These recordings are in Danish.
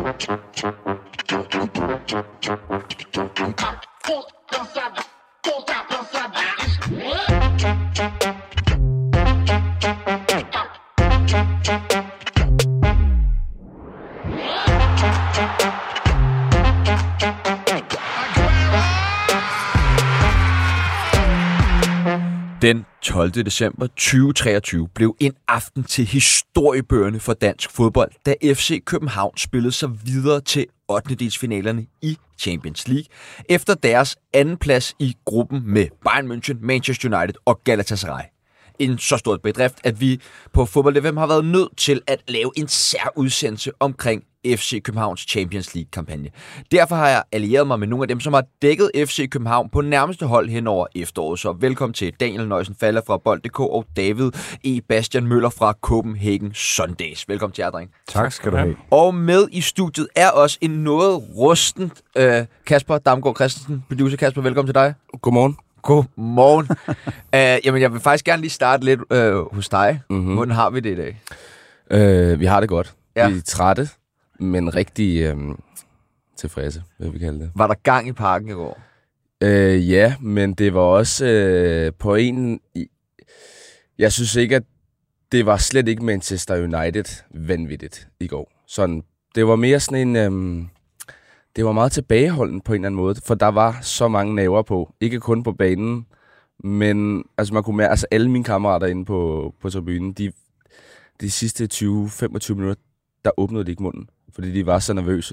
Den 12. december 2023 blev en aften til historiebøgerne for dansk fodbold, da FC København spillede sig videre til 8. i Champions League, efter deres anden plads i gruppen med Bayern München, Manchester United og Galatasaray. En så stor bedrift, at vi på Fodbold FM har været nødt til at lave en særudsendelse omkring FC Københavns Champions League-kampagne. Derfor har jeg allieret mig med nogle af dem, som har dækket FC København på nærmeste hold hen over efteråret. Så velkommen til Daniel Nøjsen Falder fra Bold.dk og David E. Bastian Møller fra Copenhagen Sundays. Velkommen til jer, dreng. Tak skal du have. Og med i studiet er også en noget rusten Kasper Damgaard Christensen. Producer Kasper, velkommen til dig. Godmorgen. Godmorgen. Jamen, jeg vil faktisk gerne lige starte lidt hos dig. Mm-hmm. Hvordan har vi det i dag? Vi har det godt. Ja. Vi er trætte, men rigtig tilfredse, vil vi kalde det. Var der gang i parken i går? Ja, men det var også på en... Jeg synes ikke, at det var slet ikke Manchester United vanvittigt i går. Sådan, det var mere sådan en... Det var meget tilbageholden på en eller anden måde, for der var så mange naver på. Ikke kun på banen, men altså man kunne mærke, altså alle mine kammerater inde på tribunen, de sidste 20-25 minutter, der åbnede de ikke munden, fordi de var så nervøse.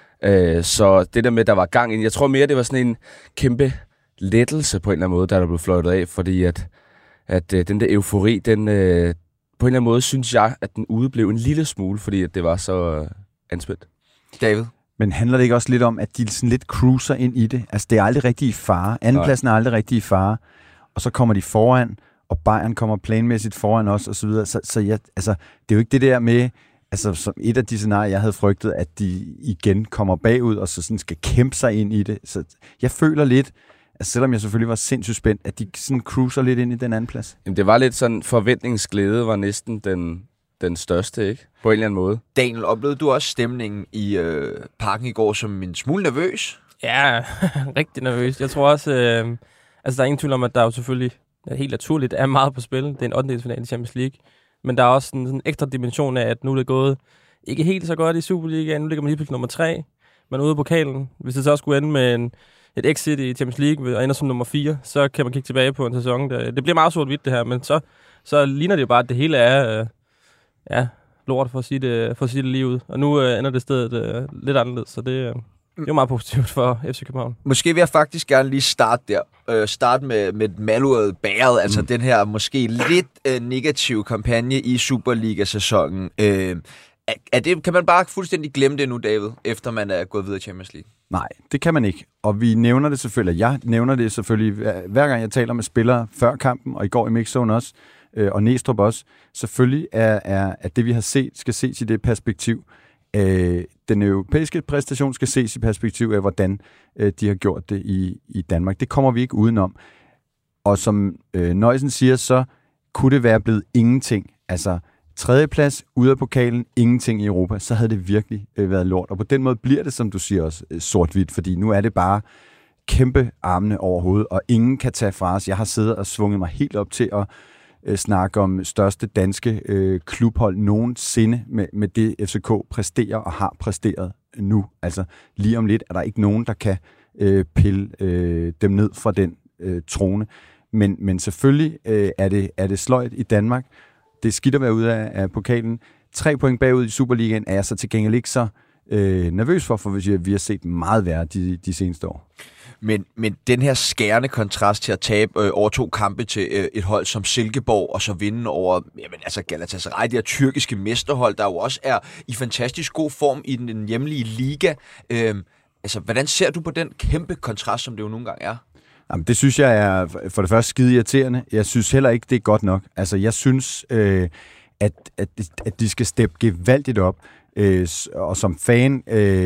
Så det der med, der var gang ind, jeg tror mere, det var sådan en kæmpe lettelse på en eller anden måde, der blev fløjtet af, fordi at den der eufori, den på en eller anden måde, synes jeg, at den udeblev en lille smule, fordi at det var så anspændt. David? Men handler det ikke også lidt om, at de sådan lidt cruiser ind i det? Altså, det er aldrig rigtig i fare. Andenpladsen er aldrig rigtig i fare. Og så kommer de foran, og Bayern kommer planmæssigt foran os, og så videre. Så ja, altså, det er jo ikke det der med, altså, som et af de scenarier, jeg havde frygtet, at de igen kommer bagud, og så sådan skal kæmpe sig ind i det. Så jeg føler lidt, altså, selvom jeg selvfølgelig var sindssygt spændt, at de sådan cruiser lidt ind i den anden plads. Jamen, det var lidt sådan, forventningsglæde var næsten den største, ikke? På en eller anden måde. Daniel, oplevede du også stemningen i parken i går som en smule nervøs? Ja, rigtig nervøs. Jeg tror også, altså der er ingen tvivl om, at der jo selvfølgelig helt naturligt er meget på spil. Det er en 8. final i Champions League. Men der er også sådan en ekstra dimension af, at nu er det gået ikke helt så godt i Superligaen. Nu ligger man lige på nummer 3. Man er ude af pokalen. Hvis det så skulle ende med et exit i Champions League og ender som nummer 4, så kan man kigge tilbage på en sæson. Det bliver meget sort-hvidt det her, men så ligner det jo bare, at det hele er... lort for at sige det lige ud. Og nu ender det stedet lidt anderledes, så det er jo meget positivt for FC København. Måske vil jeg faktisk gerne lige starte der. Starte med malurret bæret, altså den her måske lidt negative kampagne i Superliga-sæsonen. Kan man bare fuldstændig glemme det nu, David, efter man er gået videre i Champions League? Nej, det kan man ikke. Og vi nævner det selvfølgelig. Jeg nævner det selvfølgelig, hver gang jeg taler med spillere før kampen, og i går i Mixzone også, og Næstrup også. Selvfølgelig er at det, vi har set, skal ses i det perspektiv. Den europæiske præstation skal ses i perspektiv af, hvordan de har gjort det i Danmark. Det kommer vi ikke udenom. Og som Nøjsen siger, så kunne det være blevet ingenting. Altså 3. plads ude af pokalen, ingenting i Europa. Så havde det virkelig været lort. Og på den måde bliver det, som du siger, også sort-hvidt, fordi nu er det bare kæmpe armene over hovedet, og ingen kan tage fra os. Jeg har siddet og svunget mig helt op til at snakke om største danske klubhold nogensinde med det FCK præsterer og har præsteret nu. Altså lige om lidt er der ikke nogen, der kan pille dem ned fra den trone. Men selvfølgelig er det sløjt i Danmark. Det er skidt at være ude af pokalen. 3 point bagud i Superligaen er jeg så til gengæld ikke så nervøs for vi har set meget værre de seneste år. Men den her skærende kontrast til at tabe over 2 kampe til et hold som Silkeborg, og så vinde over Galatasaray, det her tyrkiske mesterhold, der jo også er i fantastisk god form i den hjemlige liga. Hvordan ser du på den kæmpe kontrast, som det jo nogle gange er? Jamen, det synes jeg er for det første skide irriterende. Jeg synes heller ikke, det er godt nok. Altså, jeg synes, at de skal steppe gevaldigt op. Og som fan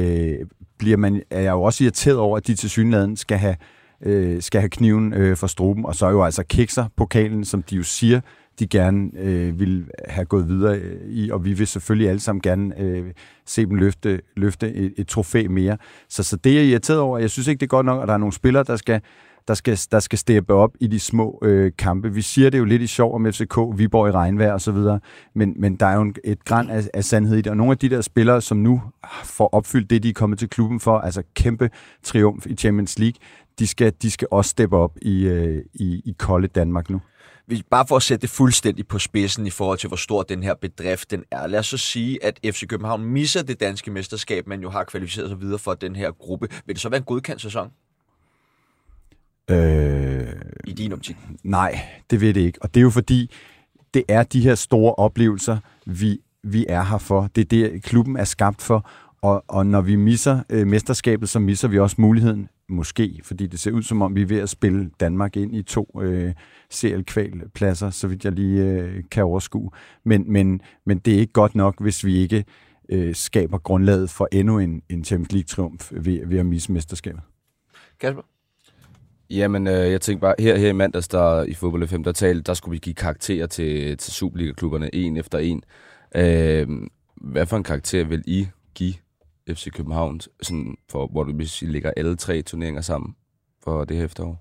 er jeg jo også irriteret over, at de tilsyneladende skal have kniven for struben, og så jo altså kikser pokalen, som de jo siger, de gerne vil have gået videre i, og vi vil selvfølgelig alle sammen gerne se dem løfte et trofæ mere. Så det er jeg irriteret over. Jeg synes ikke, det er godt nok, at der er nogle spillere, der skal steppe op i de små kampe. Vi siger det jo lidt i sjov om FCK, Viborg i regnvejr og så videre, men der er jo et gran af sandhed i det. Og nogle af de der spillere, som nu får opfyldt det, de er kommet til klubben for, altså kæmpe triumf i Champions League, de skal også steppe op i kolde Danmark nu. Bare for at sætte det fuldstændig på spidsen i forhold til, hvor stor den her bedrift den er. Lad os så sige, at FC København misser det danske mesterskab, men jo har kvalificeret sig videre for den her gruppe. Vil det så være en godkendt sæson? I din optik? Nej, det vil det ikke. Og det er jo fordi, det er de her store oplevelser, vi er her for. Det er det, klubben er skabt for. Og når vi misser mesterskabet, så misser vi også muligheden, måske, fordi det ser ud som om, vi er ved at spille Danmark ind i 2 CL-kvalpladser, så vidt jeg lige kan overskue. Men det er ikke godt nok, hvis vi ikke skaber grundlaget for endnu en Champions League-triumf ved at misse mesterskabet. Kasper? Jamen, jeg tænkte bare, her i mandags, der i Fodbold FM, der skulle vi give karakterer til Superliga-klubberne en efter en. Hvad for en karakter vil I give FC København, sådan for, hvor du hvis I lægger alle 3 turneringer sammen for det her efterår?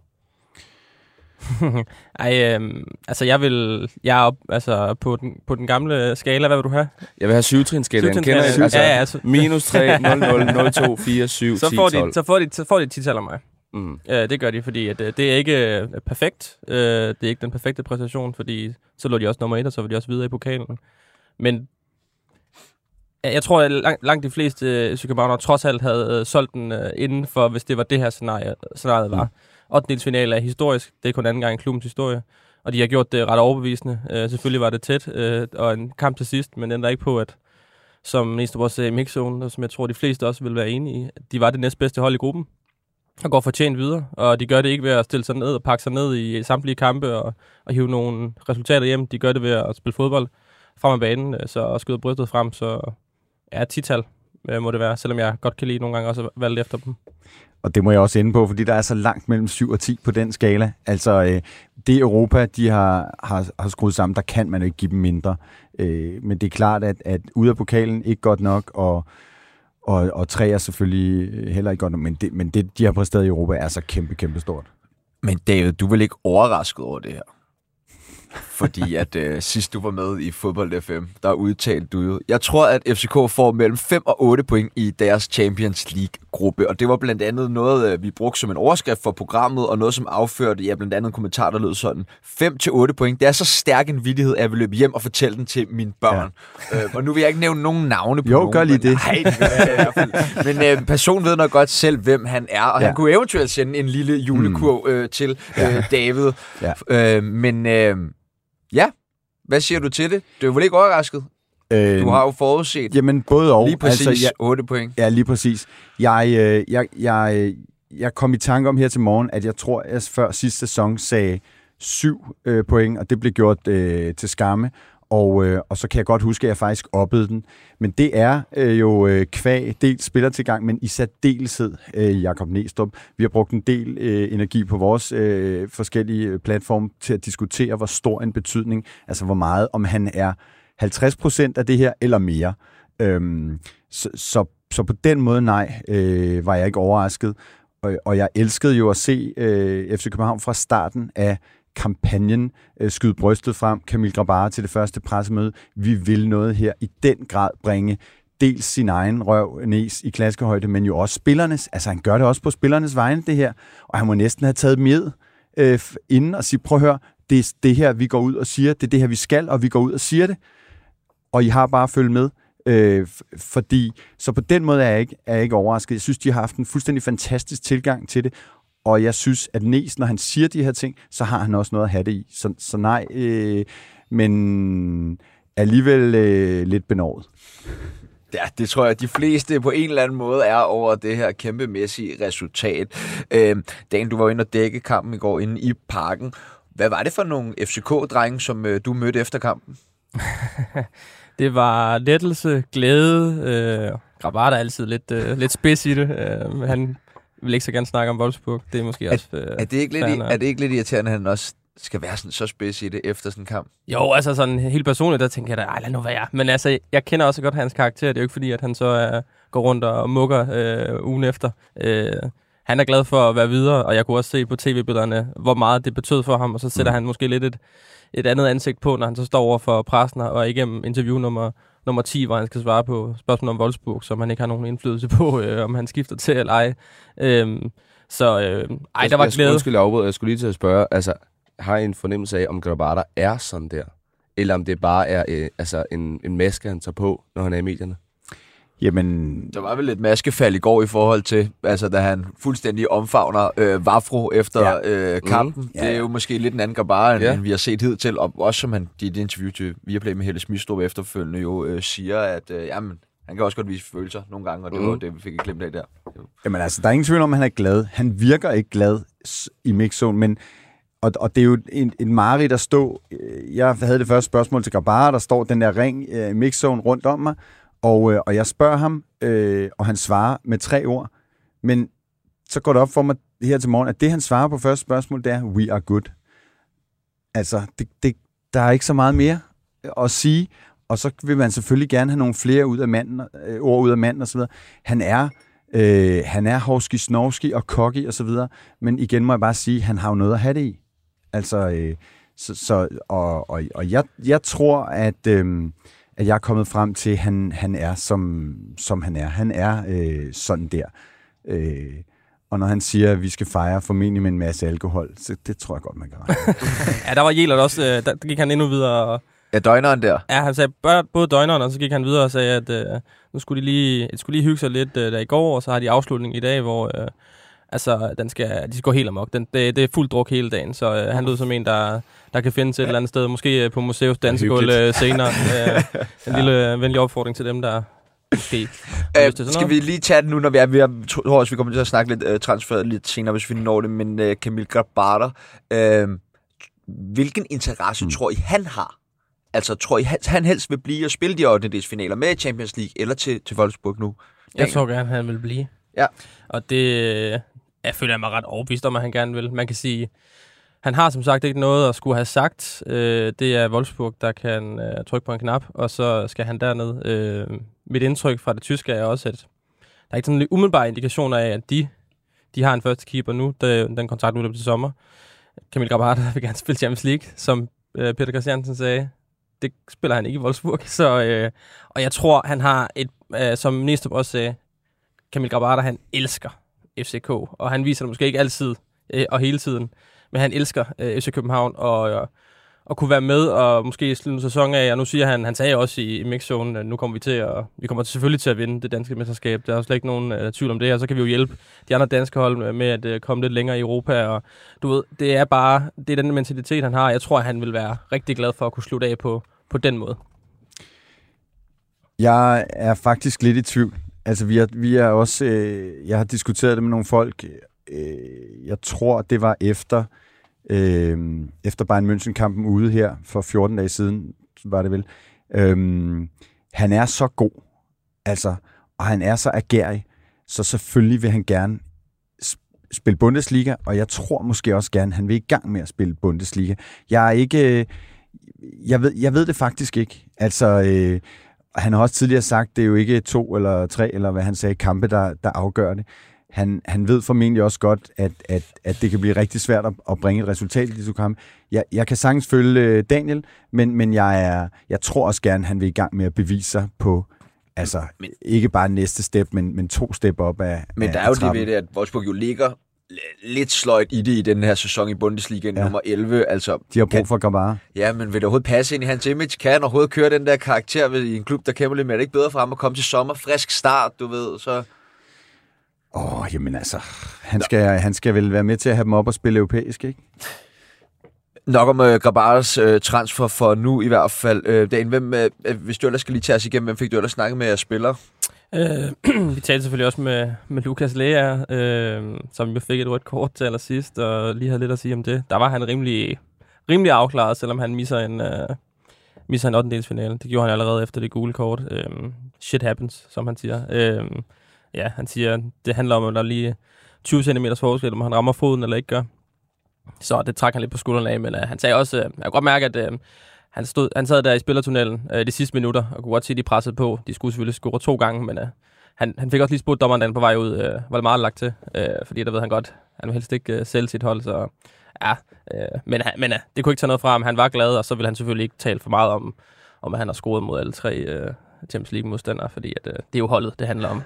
Altså på den gamle skala, hvad vil du have? Jeg vil have 7-trin-skalaen. Altså, minus 3, 0, 0, 0, 2, 4, 7, 10, 12. Så får de 10-tal af mig. Det gør de, fordi at, det er ikke perfekt. Det er ikke den perfekte præstation, fordi så lå de også nummer 1, og så var de også videre i pokalen. Men jeg tror, at langt de fleste Københavnere trods alt havde solgt den inden for, hvis det var det her scenariet var. 8-delsfinale er historisk. Det er kun anden gang i klubbens historie. Og de har gjort det ret overbevisende. Selvfølgelig var det tæt, og en kamp til sidst, men ændrer ikke på, at som Næstrup også sagde i mixzone, og som jeg tror, de fleste også vil være enige i, de var det næstbedste hold i gruppen. Og går fortjent videre, og de gør det ikke ved at stille sig ned og pakke sig ned i samtlige kampe og hive nogle resultater hjem. De gør det ved at spille fodbold frem af banen, så skyder brystet frem, så ja, 10-tal må det være, selvom jeg godt kan lide nogle gange også valgt efter dem. Og det må jeg også ende på, fordi der er så langt mellem 7 og 10 på den skala. Altså, det Europa, de har skruet sammen, der kan man jo ikke give dem mindre. Men det er klart, at ude af pokalen ikke godt nok, og 3 er selvfølgelig heller ikke godt nok, men det, de har præsteret i Europa, er så kæmpe stort. Men David, du er vel ikke overrasket over det her? Fordi at sidst du var med i Fodbold FM, der udtalte du jo, jeg tror, at FCK får mellem 5 og 8 point i deres Champions League-gruppe, og det var blandt andet noget, vi brugte som en overskrift for programmet, og noget, som afførte, blandt andet en kommentar, der lød sådan, 5 til 8 point, det er så stærk en vittighed, at jeg vil løbe hjem og fortælle den til mine børn. Ja. Og nu vil jeg ikke nævne nogen navne på nogen. Gør lige det. Nej, det vil jeg i hvert fald. Men personen ved nok godt selv, hvem han er, og han kunne eventuelt sende en lille julekurv til David. Ja. Ja, hvad siger du til det? Du er vel ikke overrasket? Du har jo forudset. Jamen, både og. Lige præcis altså, 8 point. Ja, lige præcis. Jeg kom i tanke om her til morgen, at jeg tror, at jeg før sidste sæson sagde 7 point, og det blev gjort til skamme. Og så kan jeg godt huske, at jeg faktisk oppede den. Men det er jo kvæg, dels spillertilgang, men i særdeleshed Jakob Næstrup. Vi har brugt en del energi på vores forskellige platforme til at diskutere, hvor stor en betydning, altså hvor meget, om han er 50% af det her eller mere. Så på den måde, nej, var jeg ikke overrasket. Og jeg elskede jo at se FC København fra starten af kampagnen, skyde brystet frem, Kamil Grabara til det første pressemøde. Vi vil noget her i den grad bringe dels sin egen røv næs i klaskehøjde, men jo også spillernes. Altså han gør det også på spillernes vegne, det her. Og han må næsten have taget med inden og sige, prøv at høre, det er det her, vi går ud og siger, det er det her, vi skal, og vi går ud og siger det. Og I har bare at følge med. Fordi, så på den måde er jeg ikke overrasket. Jeg synes, de har haft en fuldstændig fantastisk tilgang til det. Og jeg synes, at Næs, når han siger de her ting, så har han også noget at have det i. Så nej, men alligevel lidt benovet. Ja, det tror jeg, at de fleste på en eller anden måde er over det her kæmpemæssige resultat. Dan, du var inde og dække kampen i går inde i Parken. Hvad var det for nogle FCK-drenge, som du mødte efter kampen? Det var lettelse, glæde. Grabara er altid lidt spids i det. Han vil ikke så gerne snakke om Wolfsburg. Det er måske også... Er det ikke lidt irriterende, at han også skal være sådan så spids i det efter sådan en kamp? Jo, altså sådan helt personligt, der tænker jeg da, lad nu være. Men altså, jeg kender også godt hans karakter. Det er jo ikke fordi, at han så går rundt og mukker ugen efter. Han er glad for at være videre, og jeg kunne også se på tv-billederne, hvor meget det betød for ham. Og så sætter han måske lidt et andet ansigt på, når han så står over for pressen og igennem interview nummer 10, hvor han skal svare på spørgsmål om Wolfsburg, som han ikke har nogen indflydelse på, om han skifter til eller ej. Der var glæde. Undskyld, jeg skulle lige til at spørge, altså, har I en fornemmelse af, om Grabara er sådan der? Eller om det bare er en maske, han tager på, når han er i medierne? Jamen... Der var vel lidt maskefald i går i forhold til, altså da han fuldstændig omfavner Vafro efter kampen. Det er jo måske lidt en anden Grabara, end vi har set hidtil. Og også som han i et interview til Viaplay med Helle Smidstrup efterfølgende jo siger, at jamen, han kan også godt vise følelser nogle gange, og det var det, vi fik ikke glemt af der. Jamen altså, der er ingen tvivl om, at han er glad. Han virker ikke glad i mixzone, men og det er jo en mareridt at stå. Jeg havde det første spørgsmål til Grabara, der står den der ring i mixzone rundt om mig, og jeg spørger ham, og han svarer med 3 ord. Men så går det op for mig her til morgen, at det, han svarer på første spørgsmål, det er, we are good. Altså, der er ikke så meget mere at sige, og så vil man selvfølgelig gerne have nogle flere ord ud af manden og så videre. Han er hovski-snovski og cocky og så videre, men igen må jeg bare sige, han har jo noget at have det i. Altså, jeg tror, at jeg er kommet frem til, at han er, som han er. Han er sådan der. Og når han siger, at vi skal fejre formentlig med en masse alkohol, så det tror jeg godt, man kan regne. Ja, der var Jelert også. Der gik han endnu videre. Ja, døgneren der. Ja, han sagde både døgneren, og så gik han videre og sagde, at nu skulle de lige hygge sig lidt der i går, og så har de afslutning i dag, hvor de skal gå helt amok. Det er fuld druk hele dagen, så han lød som en, der kan findes et eller andet sted, måske på museets dansegulv senere. En lille venlig opfordring til dem, der måske skal vi lige tage det nu, når vi er ved at... Jeg tror også, vi kommer til at snakke lidt transfer lidt senere, hvis vi når det, men Kamil Grabara, hvilken interesse tror I, han har? Altså, tror I, han helst vil blive og spille de 8. finaler med Champions League eller til Wolfsburg nu? Jeg tror gerne, han vil blive. Ja. Og det... Jeg føler mig ret overbevist om, at han gerne vil. Man kan sige, han har som sagt ikke noget at skulle have sagt. Det er Wolfsburg, der kan trykke på en knap, og så skal han derned. Mit indtryk fra det tyske er også, at der er ikke sådan en umiddelbar indikationer af, at de har en første keeper nu. Den kontrakt udløber til sommer. Kamil Grabara vil gerne spille Champions League, som Peter Christiansen sagde. Det spiller han ikke i Wolfsburg. Så, og jeg tror, han har som Næstrup også sagde, Kamil Grabara, han elsker FCK, og han viser det måske ikke altid og hele tiden, men han elsker FC København, og kunne være med, og måske slutte en sæson af, og nu siger han sagde også i mixzone, at nu kommer vi kommer selvfølgelig til at vinde det danske mesterskab, der er slet ikke nogen tvivl om det, og så kan vi jo hjælpe de andre danske hold med at komme lidt længere i Europa, og du ved, det er den mentalitet, han har. Jeg tror, han vil være rigtig glad for at kunne slutte af på den måde. Jeg er faktisk lidt i tvivl. Altså, vi er også... jeg har diskuteret det med nogle folk. Jeg tror, det var efter Bayern München-kampen ude her for 14 dage siden, var det vel. Han er så god, altså, og han er så agerig, så selvfølgelig vil han gerne spille Bundesliga, og jeg tror måske også gerne, han vil i gang med at spille Bundesliga. Jeg ved det faktisk ikke. Altså... han har også tidligere sagt, det er jo ikke 2 eller 3, eller hvad han sagde, kampe, der afgør det. Han ved formentlig også godt, at det kan blive rigtig svært at bringe et resultat i de 2 kampe. Jeg kan sagtens følge Daniel, men jeg tror også gerne, han vil i gang med at bevise sig på, altså ikke bare næste step, men 2 step op af Men der er jo det ved det, at Wolfsburg jo ligger lidt sløjt i det i den her sæson i Bundesliga nummer 11. Altså, de har brug for Grabara. Ja, men vil det overhovedet passe ind i hans image? Kan han overhovedet køre den der karakter i en klub, der kæmper lidt med? Er det ikke bedre for ham at komme til sommer? Frisk start, du ved, så... Jamen altså, han skal vel være med til at have dem op og spille europæisk, ikke? Nok om Grabaras transfer for nu i hvert fald. Dan, hvis du ellers skal lige tage os igennem, hvem fik du ellers snakket med at spille? Vi talte selvfølgelig også med Lukas Lea, som jo fik et rødt kort til allersidst, og lige havde lidt at sige om det. Der var han rimelig afklaret, selvom han misser en 8. Det gjorde han allerede efter det gule kort. Shit happens, som han siger. Han siger, det handler om, at der er lige 20 cm forskel, om han rammer foden eller ikke gør. Så det trak han lidt på skuldrene af, men han sagde også, jeg kunne godt mærke, at han sad der i spillertunnelen de sidste minutter, og kunne godt se, at de pressede på. De skulle selvfølgelig score 2 gange, men han fik også lige spurgt dommeren, på vej ud, var det meget lagt til, fordi der ved han godt, han vil helst ikke sælge sit hold, så ja, men det kunne ikke tage noget fra ham. Han var glad, og så ville han selvfølgelig ikke tale for meget om at han har scoret mod alle 3 Champions League-modstandere, fordi det er jo holdet, det handler om.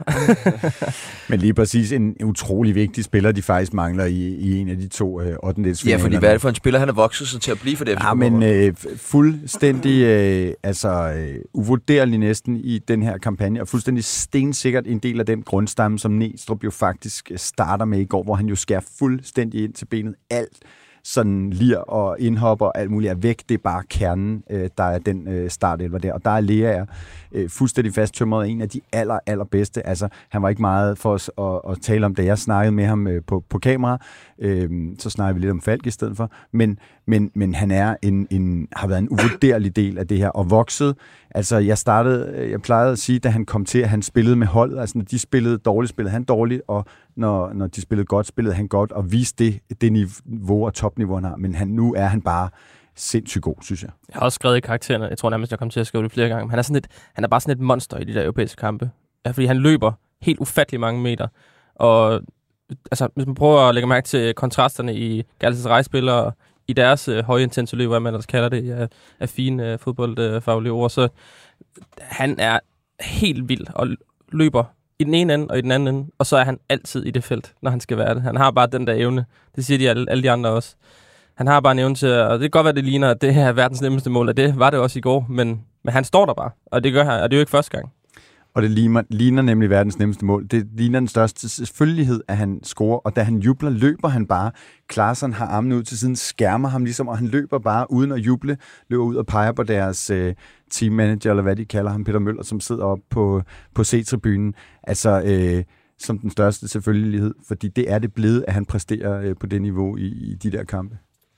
Men lige præcis en utrolig vigtig spiller, de faktisk mangler i en af de 2 ottendedelsfinaler. Ja, fordi hvad er det for en spiller, han er vokset sig til at blive for det? Ja, men fuldstændig uvurderlig næsten i den her kampagne, og fuldstændig stensikkert en del af den grundstamme, som Næstrup jo faktisk starter med i går, hvor han jo skærer fuldstændig ind til benet. Alt sådan lir og indhopper og alt muligt er væk. Det er bare kernen, der er den startelver der. Og der er Lea fuldstændig fasttømret, en af de allerbedste. Altså, han var ikke meget for os at tale om, da jeg snakkede med ham på kamera. Så snakkede vi lidt om Falk i stedet for. Men han er har været en uvurderlig del af det her, og vokset. Altså, jeg plejede at sige, da han kom til, at han spillede med holdet. Altså, når de spillede dårligt, spillede han dårligt, og når de spillede godt, spillede han godt, og viste det niveau og topniveau, han har. Men nu er han bare sindssygt god, synes jeg. Jeg har også skrevet i karaktererne, jeg tror nærmest, jeg kommer til at skrive det flere gange, men han er bare sådan et monster i de der europæiske kampe. Ja, fordi han løber helt ufattelig mange meter, og altså, hvis man prøver at lægge mærke til kontrasterne i Galatasaray-spillere, i deres højintense løb, hvad man ellers kalder det, af fine fodboldfaglige ord, så han er helt vild og løber i den ene ende og i den anden ende, og så er han altid i det felt, når han skal være det. Han har bare den der evne. Det siger de alle de andre også. Han har bare en evne til, og det kan godt være, det ligner, at det her er verdens nemmeste mål, og det var det også i går, men han står der bare, og det gør han, og det er jo ikke første gang. Og det ligner nemlig verdens nemmeste mål. Det ligner den største selvfølgelighed, at han scorer, og da han jubler, løber han bare. Klaassen har armene ud til siden, skærmer ham ligesom, og han løber bare uden at juble, løber ud og peger på deres teammanager, eller hvad de kalder ham, Peter Møller, som sidder oppe på C-tribunen. Altså, som den største selvfølgelighed, fordi det er det blevet, at han præsterer på det niveau i de der kampe.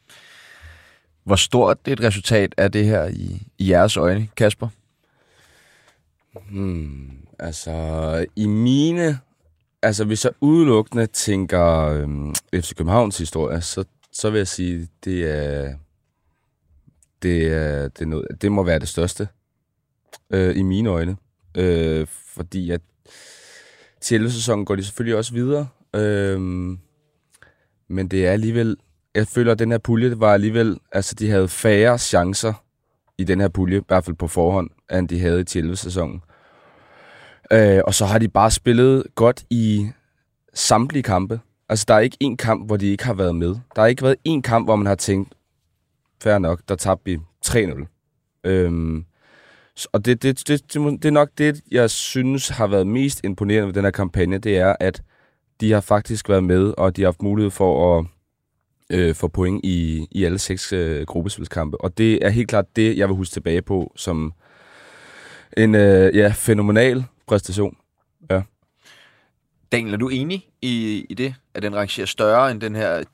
Hvor stort et resultat er det her i jeres øjne, Kasper? Altså, i mine... Altså, hvis jeg udelukkende tænker FC Københavns historie, så vil jeg sige, det må være det største i mine øjne. Fordi at til 11-sæsonen går de selvfølgelig også videre. Men det er alligevel... Jeg føler, at den her pulje var alligevel... Altså, de havde færre chancer i den her pulje, i hvert fald på forhånd, end de havde i 11-sæsonen. Og så har de bare spillet godt i samtlige kampe. Altså, der er ikke én kamp, hvor de ikke har været med. Der har ikke været én kamp, hvor man har tænkt, fair nok, der tabte vi 3-0. Og det er nok det, jeg synes har været mest imponerende ved den her kampagne, det er, at de har faktisk været med, og de har haft mulighed for at få point i alle 6 gruppespilskampe. Og det er helt klart det, jeg vil huske tilbage på som en fænomenal præstation. Ja. Daniel, er du enig i det, at den rangerer større end den her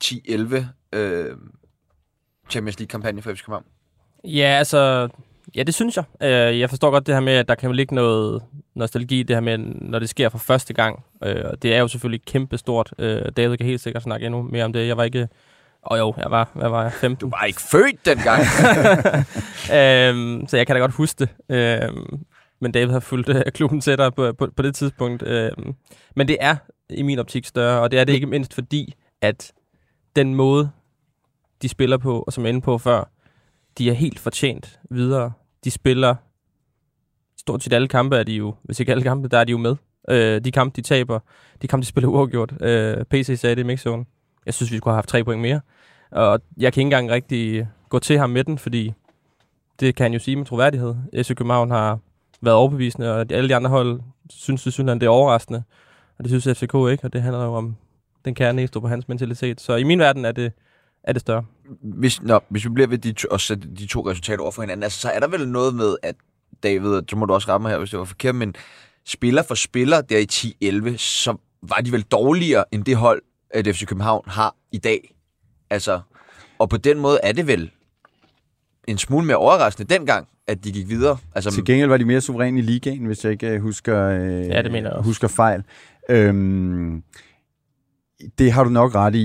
10-11 Champions League-kampagne for FC København? Ja, altså... Ja, det synes jeg. Jeg forstår godt det her med, at der kan jo ligge noget nostalgi, det her med, når det sker for første gang. Det er jo selvfølgelig kæmpestort. David kan helt sikkert snakke endnu mere om det. Jeg var ikke... jeg var 15. Du var ikke født dengang. Så jeg kan da godt huske det. Men David har fulgt klubben tættere på det tidspunkt. Men det er i min optik større, og det er det ikke mindst fordi, at den måde, de spiller på, og som jeg er inde på før, de er helt fortjent videre. De spiller stort set alle kampe, er de jo, hvis ikke alle kampe, der er de jo med. De kampe, de taber, de kampe, de spiller uafgjort. PC sagde det i mixzone. Jeg synes, vi skulle have haft 3 point mere. Og jeg kan ikke engang rigtig gå til ham med den, fordi det kan han jo sige med troværdighed. FC København har været overbevisende, og alle de andre hold synes det er overraskende. Og det synes FCK ikke, og det handler jo om den kære Næstrup på hans mentalitet. Så i min verden er det større. Hvis vi bliver ved de to resultater over for hinanden, altså, så er der vel noget med, at David, så må du også ramme mig her, hvis det var forkert, men spiller for spiller der i 10-11, så var de vel dårligere end det hold, at FC København har i dag. Altså, og på den måde er det vel en smule mere overraskende dengang, at de gik videre. Altså, til gengæld var de mere suveræne i ligaen, hvis jeg ikke husker fejl. Det har du nok ret i,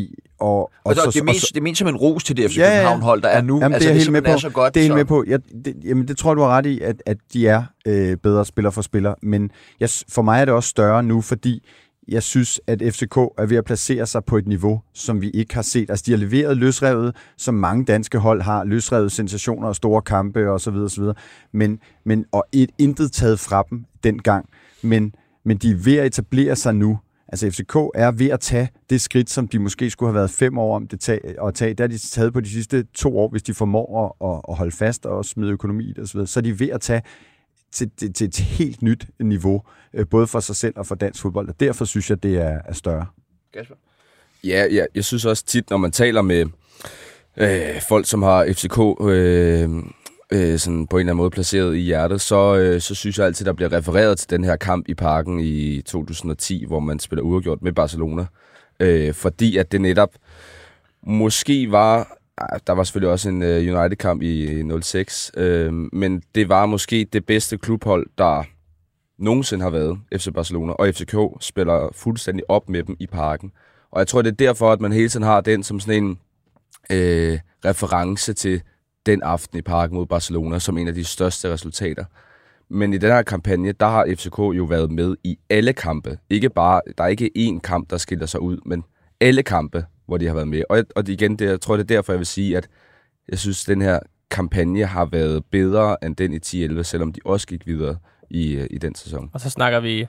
Og det er ment som en ros til det FC København-hold, der er nu. Jamen, altså, det er helt med på. Så godt, det er helt med på. Jamen, det tror jeg, du har ret i, at de er bedre spiller for spiller. Men for mig er det også større nu, fordi jeg synes, at FCK er ved at placere sig på et niveau, som vi ikke har set. Altså, de har leveret løsrevet, som mange danske hold har. Løsrevet sensationer og store kampe og så videre, så videre. Men intet taget fra dem dengang. Men de er ved at etablere sig nu. Altså, FCK er ved at tage det skridt, som de måske skulle have været 5 år om det at tage. Der er de taget på de sidste 2 år, hvis de formår at holde fast og smide økonomi i det og så videre. Så er de ved at tage til et helt nyt niveau, både for sig selv og for dansk fodbold, og derfor synes jeg, det er større. Kasper? Ja, jeg synes også tit, når man taler med folk, som har FCK sådan på en eller anden måde placeret i hjertet, så synes jeg altid, der bliver refereret til den her kamp i Parken i 2010, hvor man spiller uafgjort med Barcelona. Fordi at det netop måske var... Der var selvfølgelig også en United-kamp i 06, men det var måske det bedste klubhold, der nogensinde har været, FC Barcelona, og FCK spiller fuldstændig op med dem i Parken. Og jeg tror, det er derfor, at man hele tiden har den som sådan en reference til den aften i Parken mod Barcelona, som en af de største resultater. Men i den her kampagne, der har FCK jo været med i alle kampe. Ikke bare, der er ikke én kamp, der skiller sig ud, men alle kampe, hvor de har været med. Og igen, jeg tror, det er derfor, jeg vil sige, at jeg synes, at den her kampagne har været bedre end den i 10-11, selvom de også gik videre i den sæson. Og så snakker vi,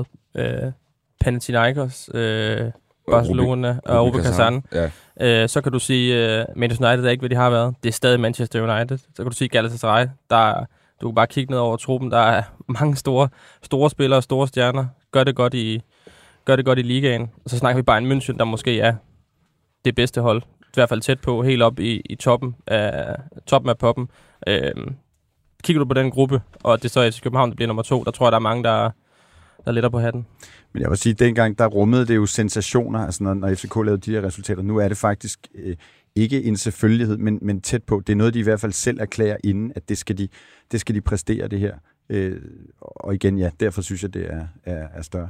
Panathinaikos, Barcelona og Rubin Kazan. Ja. Så kan du sige, Manchester United er ikke, hvad de har været. Det er stadig Manchester United. Så kan du sige Galatasaray. Du kan bare kigge ned over truppen. Der er mange store spillere og store stjerner. Gør det godt i ligaen. Og så snakker vi bare en München, der måske er det bedste hold. I hvert fald tæt på, helt op i toppen af poppen. Kigger du på den gruppe, og det så er FC København, der bliver nummer 2, der tror jeg, der er mange, der letter på hatten. Men jeg vil sige, at dengang, der rummede det jo sensationer, altså når FCK lavede de her resultater. Nu er det faktisk ikke en selvfølgelighed, men tæt på. Det er noget, de i hvert fald selv erklærer inden, at det skal de præstere, det her. Og igen, ja, derfor synes jeg, det er større.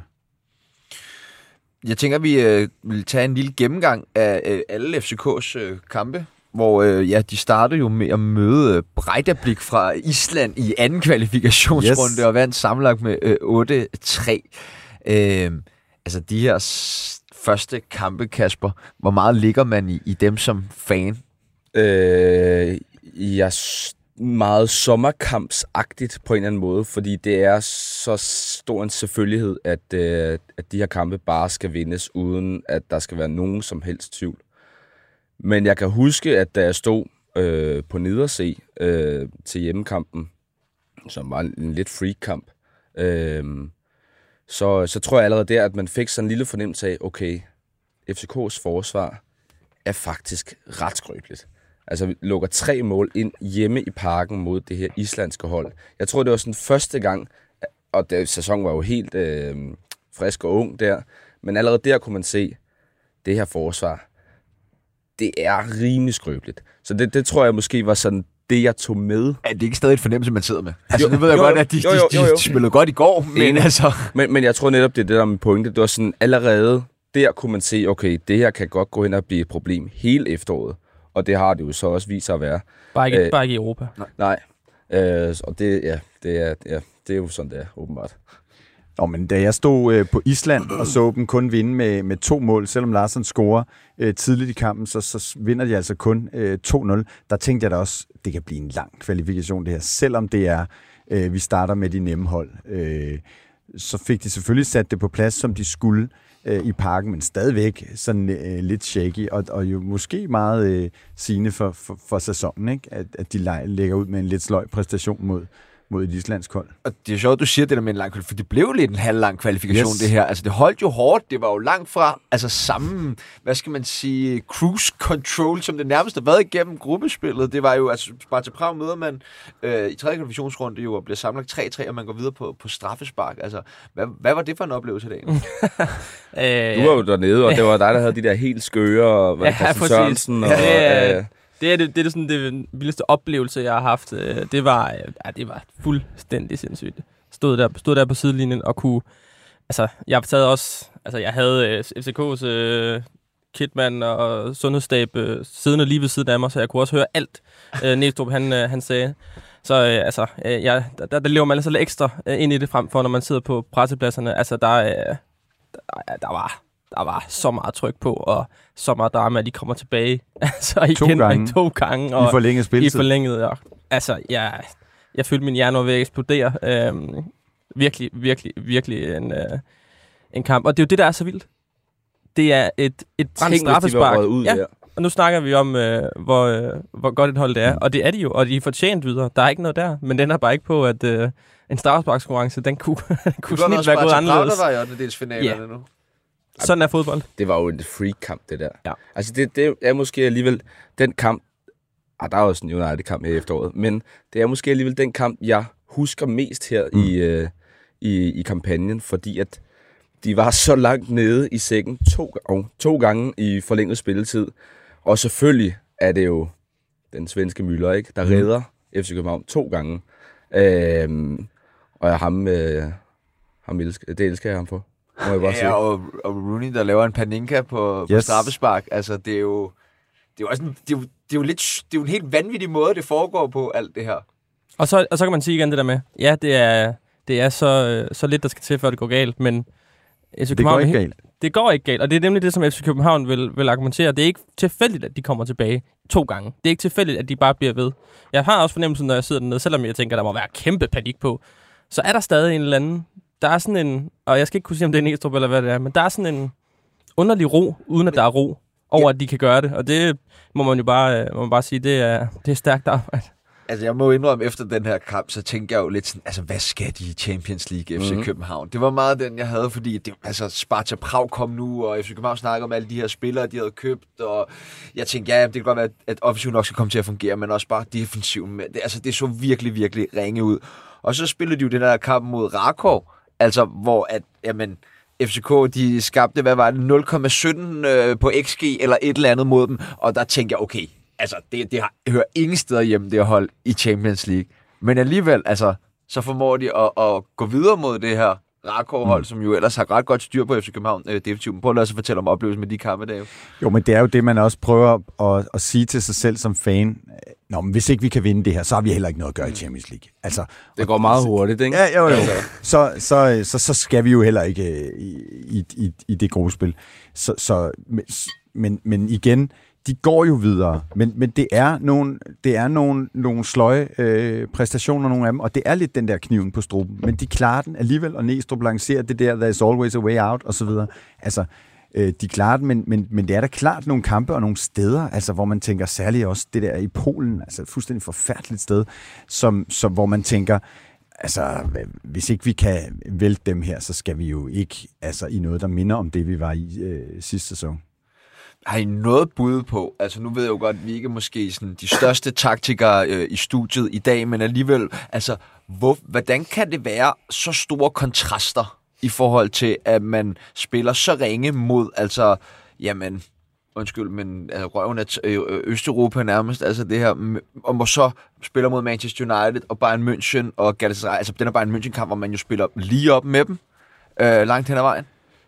Jeg tænker, vi vil tage en lille gennemgang af alle FCK's kampe, hvor de startede jo med at møde Breiðablik fra Island i anden kvalifikationsrunde og vandt sammenlagt med 8-3. Altså de her første kampe, Kasper, hvor meget ligger man i dem som fan? Meget sommerkampsagtigt på en eller anden måde, fordi det er så stor en selvfølgelighed, at de her kampe bare skal vindes, uden at der skal være nogen som helst tvivl. Men jeg kan huske, at da jeg stod på Nederse til hjemmekampen, som var en lidt freak-kamp, så tror jeg allerede der, at man fik sådan en lille fornemmelse af, okay, FCK's forsvar er faktisk ret skrøbeligt. Altså, vi lukker 3 mål ind hjemme i Parken mod det her islandske hold. Jeg tror, det var sådan første gang, og sæsonen var jo helt frisk og ung der, men allerede der kunne man se, det her forsvar, det er rimelig skrøbeligt. Så det tror jeg måske var sådan det, jeg tog med. Er det ikke stadig et fornemmelse, man sidder med? Altså, nu ved jeg godt, at de spillede godt i går, men altså... Men jeg tror netop, det er det, der er min pointe. Det var sådan, allerede der kunne man se, okay, det her kan godt gå hen og blive et problem hele efteråret. Og det har det jo så også vist sig at være. Bare ikke i Europa. Nej. Og det er jo sådan, det er, åbenbart. Nå, men da jeg stod på Island og så dem kun vinde med 2 mål, selvom Larsson scorer tidligt i kampen, så vinder de altså kun 2-0. Der tænkte jeg da også, det kan blive en lang kvalifikation det her, selvom det er, vi starter med de nemme hold. Så fik de selvfølgelig sat det på plads, som de skulle i Parken, men stadigvæk sådan lidt shaky, og jo måske meget sigende for sæsonen, ikke? At de lægger ud med en lidt sløj præstation mod et islandsk hold. Og det er sjovt, du siger det der med en lang kvalifikation, for det blev lidt en halvlang kvalifikation, det her. Altså, det holdt jo hårdt. Det var jo langt fra, altså samme, hvad skal man sige, cruise control, som det nærmest har været igennem gruppespillet. Det var jo, altså, Sparta Prag møder man i 3. kvalifikationsrunde jo, og bliver samlet 3-3, og man går videre på straffespark. Altså, hvad var det for en oplevelse i dag? Du var jo dernede, og det var dig, der havde de der helt skøre, Christian Sørensen. Det er sådan det vildeste oplevelse, jeg har haft. Det var fuldstændig sindssygt. Stod der på sidelinjen og kunne... Altså, jeg havde FCK's Kidman og sundhedsstab siddende lige ved siden af mig, så jeg kunne også høre alt, Næstrup han sagde. Så der lever man altså lidt ekstra ind i det frem for, når man sidder på pressepladserne. Altså, der var så meget tryk på, og så meget drama, at de kommer tilbage. Altså, igen 2 gange. Og I forlænget spilletid. I forlænget, ja. Altså, jeg følte, min hjerne var ved at eksplodere. Virkelig, virkelig, virkelig en kamp. Og det er jo det, der er så vildt. Det er et brændt straffespark. Og nu snakker vi om, hvor godt et hold det er. Og det er de jo, og de er fortjent videre. Der er ikke noget der. Men den er bare ikke på, at en straffesparkskonkurrence, den kunne snit være gået anderledes. Det var jo 8-delsfinalerne nu. Sådan er fodbold. Det var jo en freak-kamp, det der. Ja. Altså, det er måske alligevel den kamp... der er også en United-kamp her i efteråret, men det er måske alligevel den kamp, jeg husker mest her i kampagnen, fordi at de var så langt nede i sækken to gange i forlænget spilletid. Og selvfølgelig er det jo den svenske Müller, ikke, der redder FC København 2 gange. Og det elsker jeg ham for. Og Rooney, der laver en paninka på straffespark. Altså, det er jo en helt vanvittig måde, det foregår på, alt det her. Og så kan man sige igen det der med, ja, det er så lidt, der skal til, før det går galt, men det går ikke galt. Det går ikke galt, og det er nemlig det, som FC København vil argumentere. Det er ikke tilfældigt, at de kommer tilbage 2 gange. Det er ikke tilfældigt, at de bare bliver ved. Jeg har også fornemmelsen, når jeg sidder dernede, selvom jeg tænker, der må være kæmpe panik på, så er der stadig en eller anden. Der er sådan en, og jeg skal ikke kunne sige, om det er en Næstrup eller hvad det er, men der er sådan en underlig ro, uden at der er ro over, at de kan gøre det. Og det må man jo bare sige, det er stærkt arbejde. Altså, jeg må indrømme, efter den her kamp, så tænker jeg jo lidt sådan, altså, hvad skal de i Champions League, FC København? Det var meget den, jeg havde, fordi Sparta Prag kom nu, og FC København snakker om alle de her spillere, de havde købt, og jeg tænkte, ja, det kan godt være, at offensiven nok skal komme til at fungere, men også bare defensiven. Det så virkelig, virkelig ringe ud. Og så spillede de jo den her kamp mod Rakov, altså, hvor FCK, de skabte, hvad var det, 0,17 på XG eller et eller andet mod dem, og der tænkte jeg, okay, altså, det hører ingen steder hjemme, det at holde i Champions League. Men alligevel, altså, så formår de at gå videre mod det her Rakov-hold, som jo ellers har ret godt styr på FC København definitivt. Prøv at lade os fortælle om oplevelsen med de kampe, Dave. Jo, men det er jo det, man også prøver at sige til sig selv som fan. Nå, men hvis ikke vi kan vinde det her, så har vi heller ikke noget at gøre i Champions League. Altså, det går meget hurtigt, ikke? Ja, jo. Så skal vi jo heller ikke i det gruppespil. Men igen, de går jo videre, men det er nogle sløje præstationer, nogle af dem, og det er lidt den der kniven på struben, men de klarer den alligevel, og Næstrup lancerer det der, there's always a way out, og så videre. Altså, de klarer den, men det er da klart nogle kampe og nogle steder, altså, hvor man tænker særligt også det der i Polen, altså et fuldstændig forfærdeligt sted, hvor man tænker, altså, hvis ikke vi kan vælte dem her, så skal vi jo ikke i noget, der minder om det, vi var i sidste sæson. Har I noget bud på? Altså, nu ved jeg jo godt, at vi ikke er måske sådan de største taktikere i studiet i dag, men alligevel, altså, hvordan kan det være så store kontraster i forhold til, at man spiller så ringe mod, altså, jamen, undskyld, men røven af Østeuropa nærmest, altså det her, og så spiller mod Manchester United og Bayern München og Galatasaray, altså den er Bayern München-kamp, hvor man jo spiller lige op med dem, langt hen ad vejen.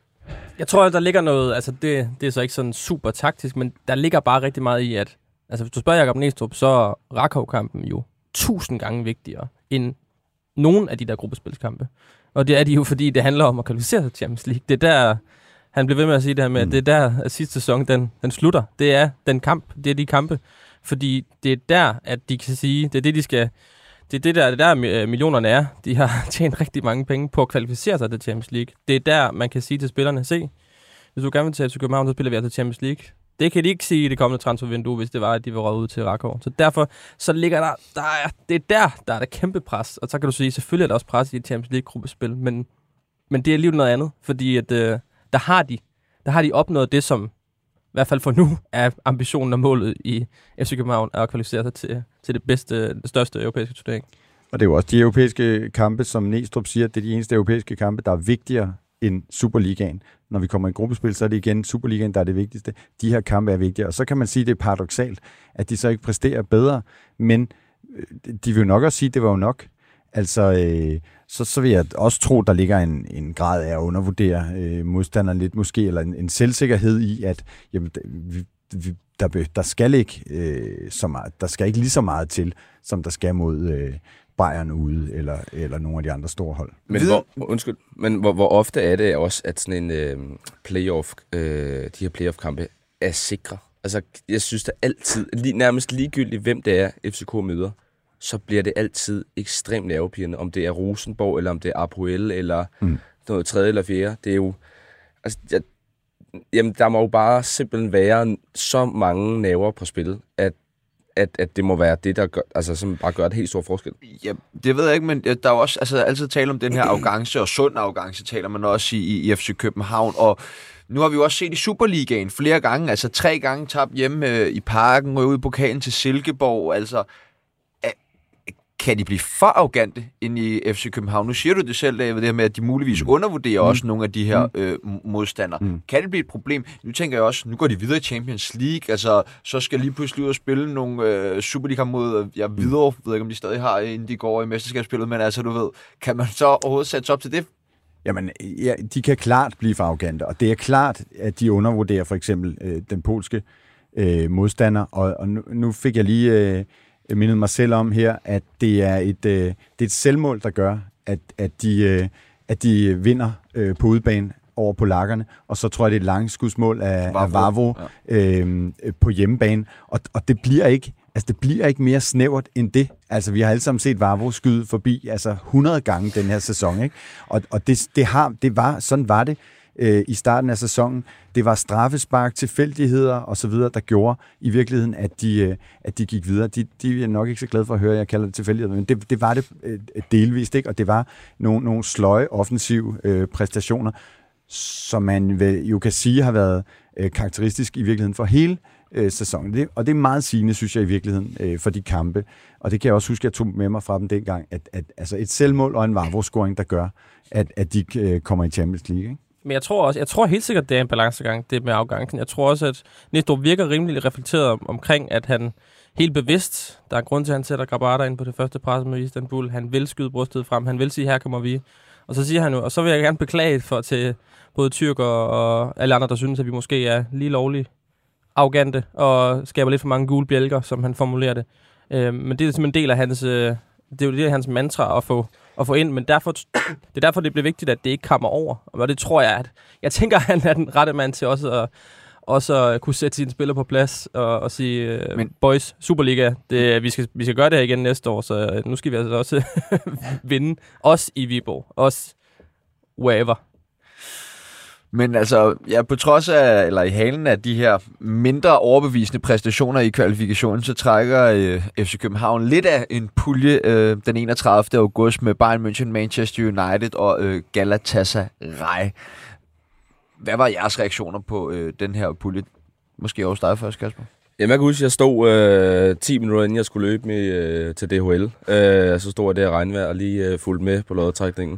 Jeg tror, at der ligger noget, altså det er så ikke sådan super taktisk, men der ligger bare rigtig meget i, at altså hvis du spørger Jakob Næstrup, så er Rakov-kampen jo 1000 gange vigtigere end nogen af de der gruppespilskampe. Og det er de jo, fordi det handler om at kvalificere sig til Champions League. Det er der, han blev ved med at sige det her med, at det er der, at sidste sæson, den slutter. Det er den kamp, det er de kampe. Fordi det er der, at de kan sige, det er det, de skal... Det er der millionerne er. De har tjent rigtig mange penge på at kvalificere sig til Champions League. Det er der, man kan sige til spillerne, se, hvis du gerne vil til FC København, så spiller vi altså Champions League. Det kan de ikke sige i det kommende transfervindue, hvis det var, at de vil røge ud til Rakov. Så derfor, så ligger det er der kæmpe pres. Og så kan du sige, selvfølgelig er der også pres i et Champions League-gruppespil, men det er alligevel noget andet, fordi at, der har de opnået det, som i hvert fald for nu er ambitionen og målet i FC København at kvalificere sig til det største europæiske turnering. Og det er jo også de europæiske kampe, som Næstrup siger, det er de eneste europæiske kampe, der er vigtigere end Superligaen. Når vi kommer i gruppespil, så er det igen Superligaen, der er det vigtigste. De her kampe er vigtigere. Og så kan man sige, at det er paradoksalt, at de så ikke præsterer bedre, men de vil jo nok også sige, at det var jo nok. Altså, så vil jeg også tro, der ligger en grad af at undervurdere modstanderen lidt måske, eller en selvsikkerhed i, at jamen, der skal ikke så meget, der skal ikke lige så meget til, som der skal mod Bayern ude, eller nogle af de andre store hold. Men hvor ofte er det også, at sådan en playoff, de her playoff-kampe er sikre? Altså, jeg synes da altid, nærmest ligegyldigt, hvem det er, FCK møder, så bliver det altid ekstremt nervepirrende, om det er Rosenborg, eller om det er Apoel, eller noget tredje eller fjerde. Det er jo... Altså, jamen, der må jo bare simpelthen være så mange nerver på spil, at det må være det, der gør, altså, som bare gør et helt stor forskel. Ja, det ved jeg ikke, men der er jo også altid tale om den her arrogance, og sund arrogance taler man også i FC København, og nu har vi jo også set i Superligaen flere gange, altså 3 gange tabt hjemme i Parken, og ude i pokalen til Silkeborg, altså kan de blive for arrogante inde i FC København? Nu siger du det selv, David, det her med, at de muligvis undervurderer også nogle af de her modstandere. Kan det blive et problem? Nu tænker jeg også, nu går de videre i Champions League, altså så skal lige pludselig ud og spille nogle Superliga mod videre, ved ikke om de stadig har, inden de går i mesterskabsspillet, men altså du ved, kan man så overhovedet sætte op til det? Jamen, ja, de kan klart blive for arrogante, og det er klart, at de undervurderer for eksempel den polske modstander, og nu fik jeg lige... Jeg mindede mig selv om her, at det er et selvmål, der gør, at de vinder på udebane over polakkerne, og så tror jeg, det er et langskudsmål af Vavro på hjemmebane, og det bliver ikke mere snævert end det. Altså, vi har alle sammen set Vavro skyde forbi 100 gange den her sæson, ikke? Og sådan var det i starten af sæsonen. Det var straffespark, tilfældigheder og så videre, der gjorde i virkeligheden, at de gik videre. De er nok ikke så glade for at høre, at jeg kalder det tilfældigheder, men det var det delvist, ikke? Og det var nogle sløje offensive præstationer, som man jo kan sige har været karakteristisk i virkeligheden for hele sæsonen. Og det er meget sigende, synes jeg i virkeligheden, for de kampe. Og det kan jeg også huske, at jeg tog med mig fra dem dengang, at altså et selvmål og en Vavro-scoring, der gør, at de kommer i Champions League, ikke? Men jeg tror helt sikkert, det er en balancegang, det med afgangen. Jeg tror også, at Næstrup virker rimelig reflekteret omkring, at han helt bevidst, der er grund til, at han sætter Grabara ind på det første pressemøde i Istanbul. Han vil skyde brystet frem. Han vil sige, her kommer vi. Og så siger han jo, og så vil jeg gerne beklage til både tyrker og alle andre, der synes, at vi måske er lige lovligt arrogante og skaber lidt for mange gule bjælker, som han formulerer det. Men det er simpelthen en del af hans, det er jo det hans mantra at få ind, men det er derfor, det bliver vigtigt, at det ikke kommer over. Og det tror jeg, jeg tænker, han er den rette mand til også at kunne sætte sine spillere på plads og sige, men boys, Superliga, vi skal gøre det her igen næste år, så nu skal vi altså også vinde, også i Viborg, også wherever. Men altså, på trods af, eller i halen af de her mindre overbevisende præstationer i kvalifikationen, så trækker FC København lidt af en pulje den 31. august med Bayern München, Manchester United og Galatasaray. Hvad var jeres reaktioner på den her pulje? Måske også dig først, Kasper? Jamen, jeg kan huske, at jeg stod 10 minutter inden jeg skulle løbe med, til DHL. Så stod jeg der i regnvejr og lige fulgte med på lodtrækningen.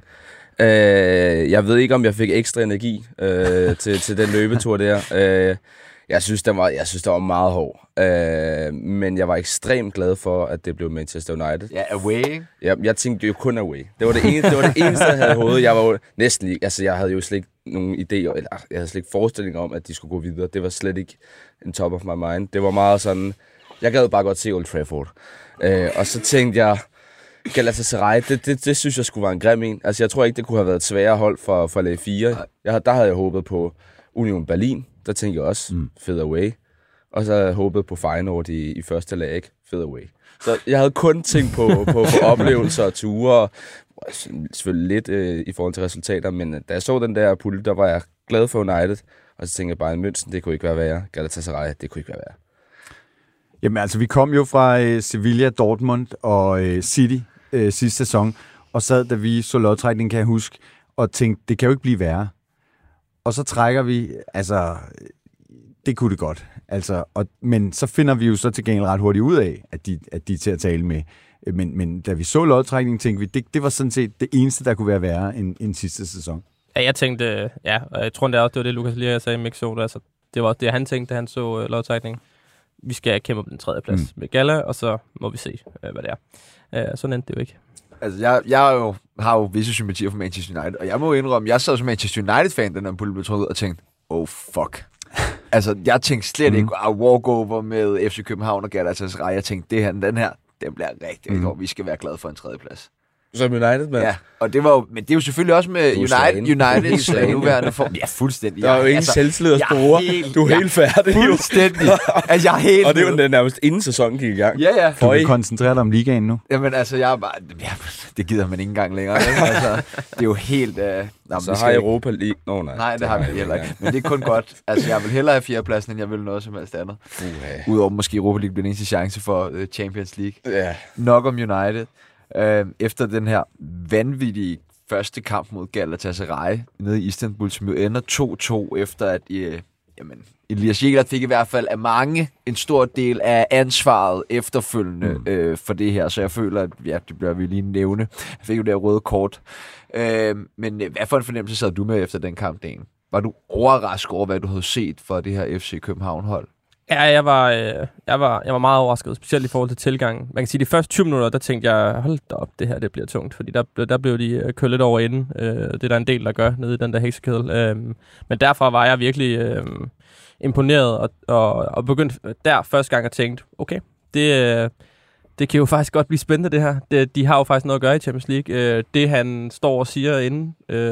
Jeg ved ikke, om jeg fik ekstra energi til den løbetur der. Jeg synes, det var meget hård. Men jeg var ekstremt glad for, at det blev Manchester United. Ja, away. Jeg tænkte jo kun away. Det var det eneste, jeg havde i hovedet. Jeg var jo næsten lige... Altså, jeg havde jo slet ikke nogen idéer, eller jeg havde slet ikke forestilling om, at de skulle gå videre. Det var slet ikke en top of my mind. Det var meget sådan... Jeg gad bare godt se Old Trafford. Og så tænkte jeg... Galatasaray, det synes jeg skulle være en grim en. Altså, jeg tror ikke, det kunne have været et sværere hold for lag 4. Der havde jeg håbet på Union Berlin. Der tænkte jeg også, fed away. Og så havde jeg håbet på Feyenoord i første lag, fed away. Så jeg havde kun tænkt på oplevelser og ture. Selvfølgelig lidt i forhold til resultater, men da jeg så den der pulje, der var jeg glad for United. Og så tænkte jeg bare, at München, det kunne ikke være værre. Galatasaray, det kunne ikke være værre. Jamen altså, vi kom jo fra Sevilla, Dortmund og City sidste sæson, og sad, da vi så lodtrækningen, kan jeg huske, og tænkte, det kan jo ikke blive værre. Og så trækker vi, altså, det kunne det godt. Altså, men så finder vi jo så til gengæld ret hurtigt ud af, at de er til at tale med. Men da vi så lodtrækningen, tænkte vi, det var sådan set det eneste, der kunne være værre end sidste sæson. Ja, jeg tænkte, og jeg tror, det var det, Lukas Lea sagde i Mixo, altså, det var det, han tænkte, da han så lodtrækningen. Vi skal kæmpe om den 3. plads med Gala, og så må vi se, hvad det er. Sådan endte det jo ikke. Altså, jeg har jo visse sympatier for Manchester United, og jeg må indrømme, jeg sad som Manchester United-fan, den der pulje blev trukket ud, og tænkte, oh fuck. Altså, jeg tænkte slet ikke, walkover med FC København og Galatasaray. Jeg tænkte, den her, den bliver rigtig godt. Vi skal være glade for en tredjeplads. Som United, mand. Ja, og det var jo, men det er jo selvfølgelig også med Uniteds nuværende form. Ja, fuldstændig. Der er jo ingen selvslid at spore. Du er helt færdig. Fuldstændig. Altså, jeg er helt og det er jo nærmest inden sæsonen gik i gang. Ja. Du kan koncentrere dig om ligaen nu. Jamen, altså, jeg er bare... Ja, det gider man ikke engang længere. Altså, det er jo helt... Så har Europa League... Nej, det har vi heller ikke. Men det er kun godt. Altså, jeg vil hellere have fjerdepladsen, end jeg vil noget som helst andet. Udover måske Europa League bliver den eneste chance for Champions League. Ja. Nok om United. Efter den her vanvittige første kamp mod Galatasaray nede i Istanbul, som jo ender 2-2, efter at Elias Jäger fik i hvert fald af mange en stor del af ansvaret efterfølgende for det her, så jeg føler, at det bliver vi lige nævne. Jeg fik jo det røde kort. Men hvad for en fornemmelse sad du med efter den kamp, Dan? Var du overrasket over, hvad du havde set for det her FC København-hold? Ja, jeg var meget overrasket, specielt i forhold til tilgangen. Man kan sige, at de første 20 minutter, der tænkte jeg, hold da op, det her det bliver tungt, fordi der blev de kørt lidt over inden. Det er der en del, der gør nede i den der heksekedel. Men derfra var jeg virkelig imponeret, og begyndte der første gang at tænke, okay, det kan jo faktisk godt blive spændende det her. De har jo faktisk noget at gøre i Champions League. Det han står og siger inden...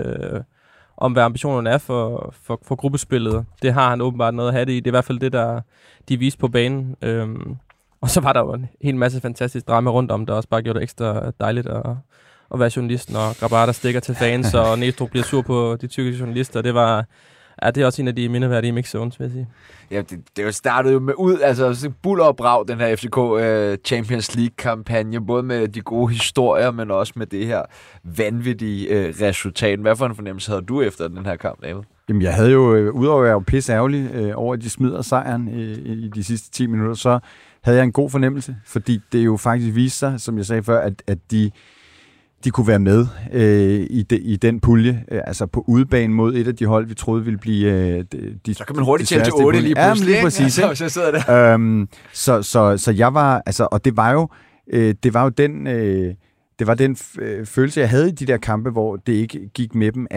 om hvad ambitionerne er for gruppespillet. Det har han åbenbart noget at have det i. Det er i hvert fald det, der de viste på banen. Og så var der jo en hel masse fantastisk drama rundt om, der også bare gjorde det ekstra dejligt at være journalist, når Grabara stikker til fans, og Næstrup bliver sur på de tyrkiske journalister. Det er også en af de mindeværdige mix-zones, vil jeg sige. Ja, det startede jo med altså buller og brag, den her FCK Champions League-kampagne, både med de gode historier, men også med det her vanvittige resultat. Hvad for en fornemmelse havde du efter den her kamp, David? Jamen, jeg havde jo, udover at jeg var pisse ærgerlig over, at de smider sejren i de sidste 10 minutter, så havde jeg en god fornemmelse, fordi det jo faktisk viste sig, som jeg sagde før, at de kunne være med i den pulje, altså på udebane mod et af de hold, vi troede ville blive så kan man hurtigt tælle til 8 lige pludselig. Ja, lige præcis. Så sidder der. Så jeg var, altså, og det var jo den følelse, jeg havde i de der kampe, hvor det ikke gik med dem,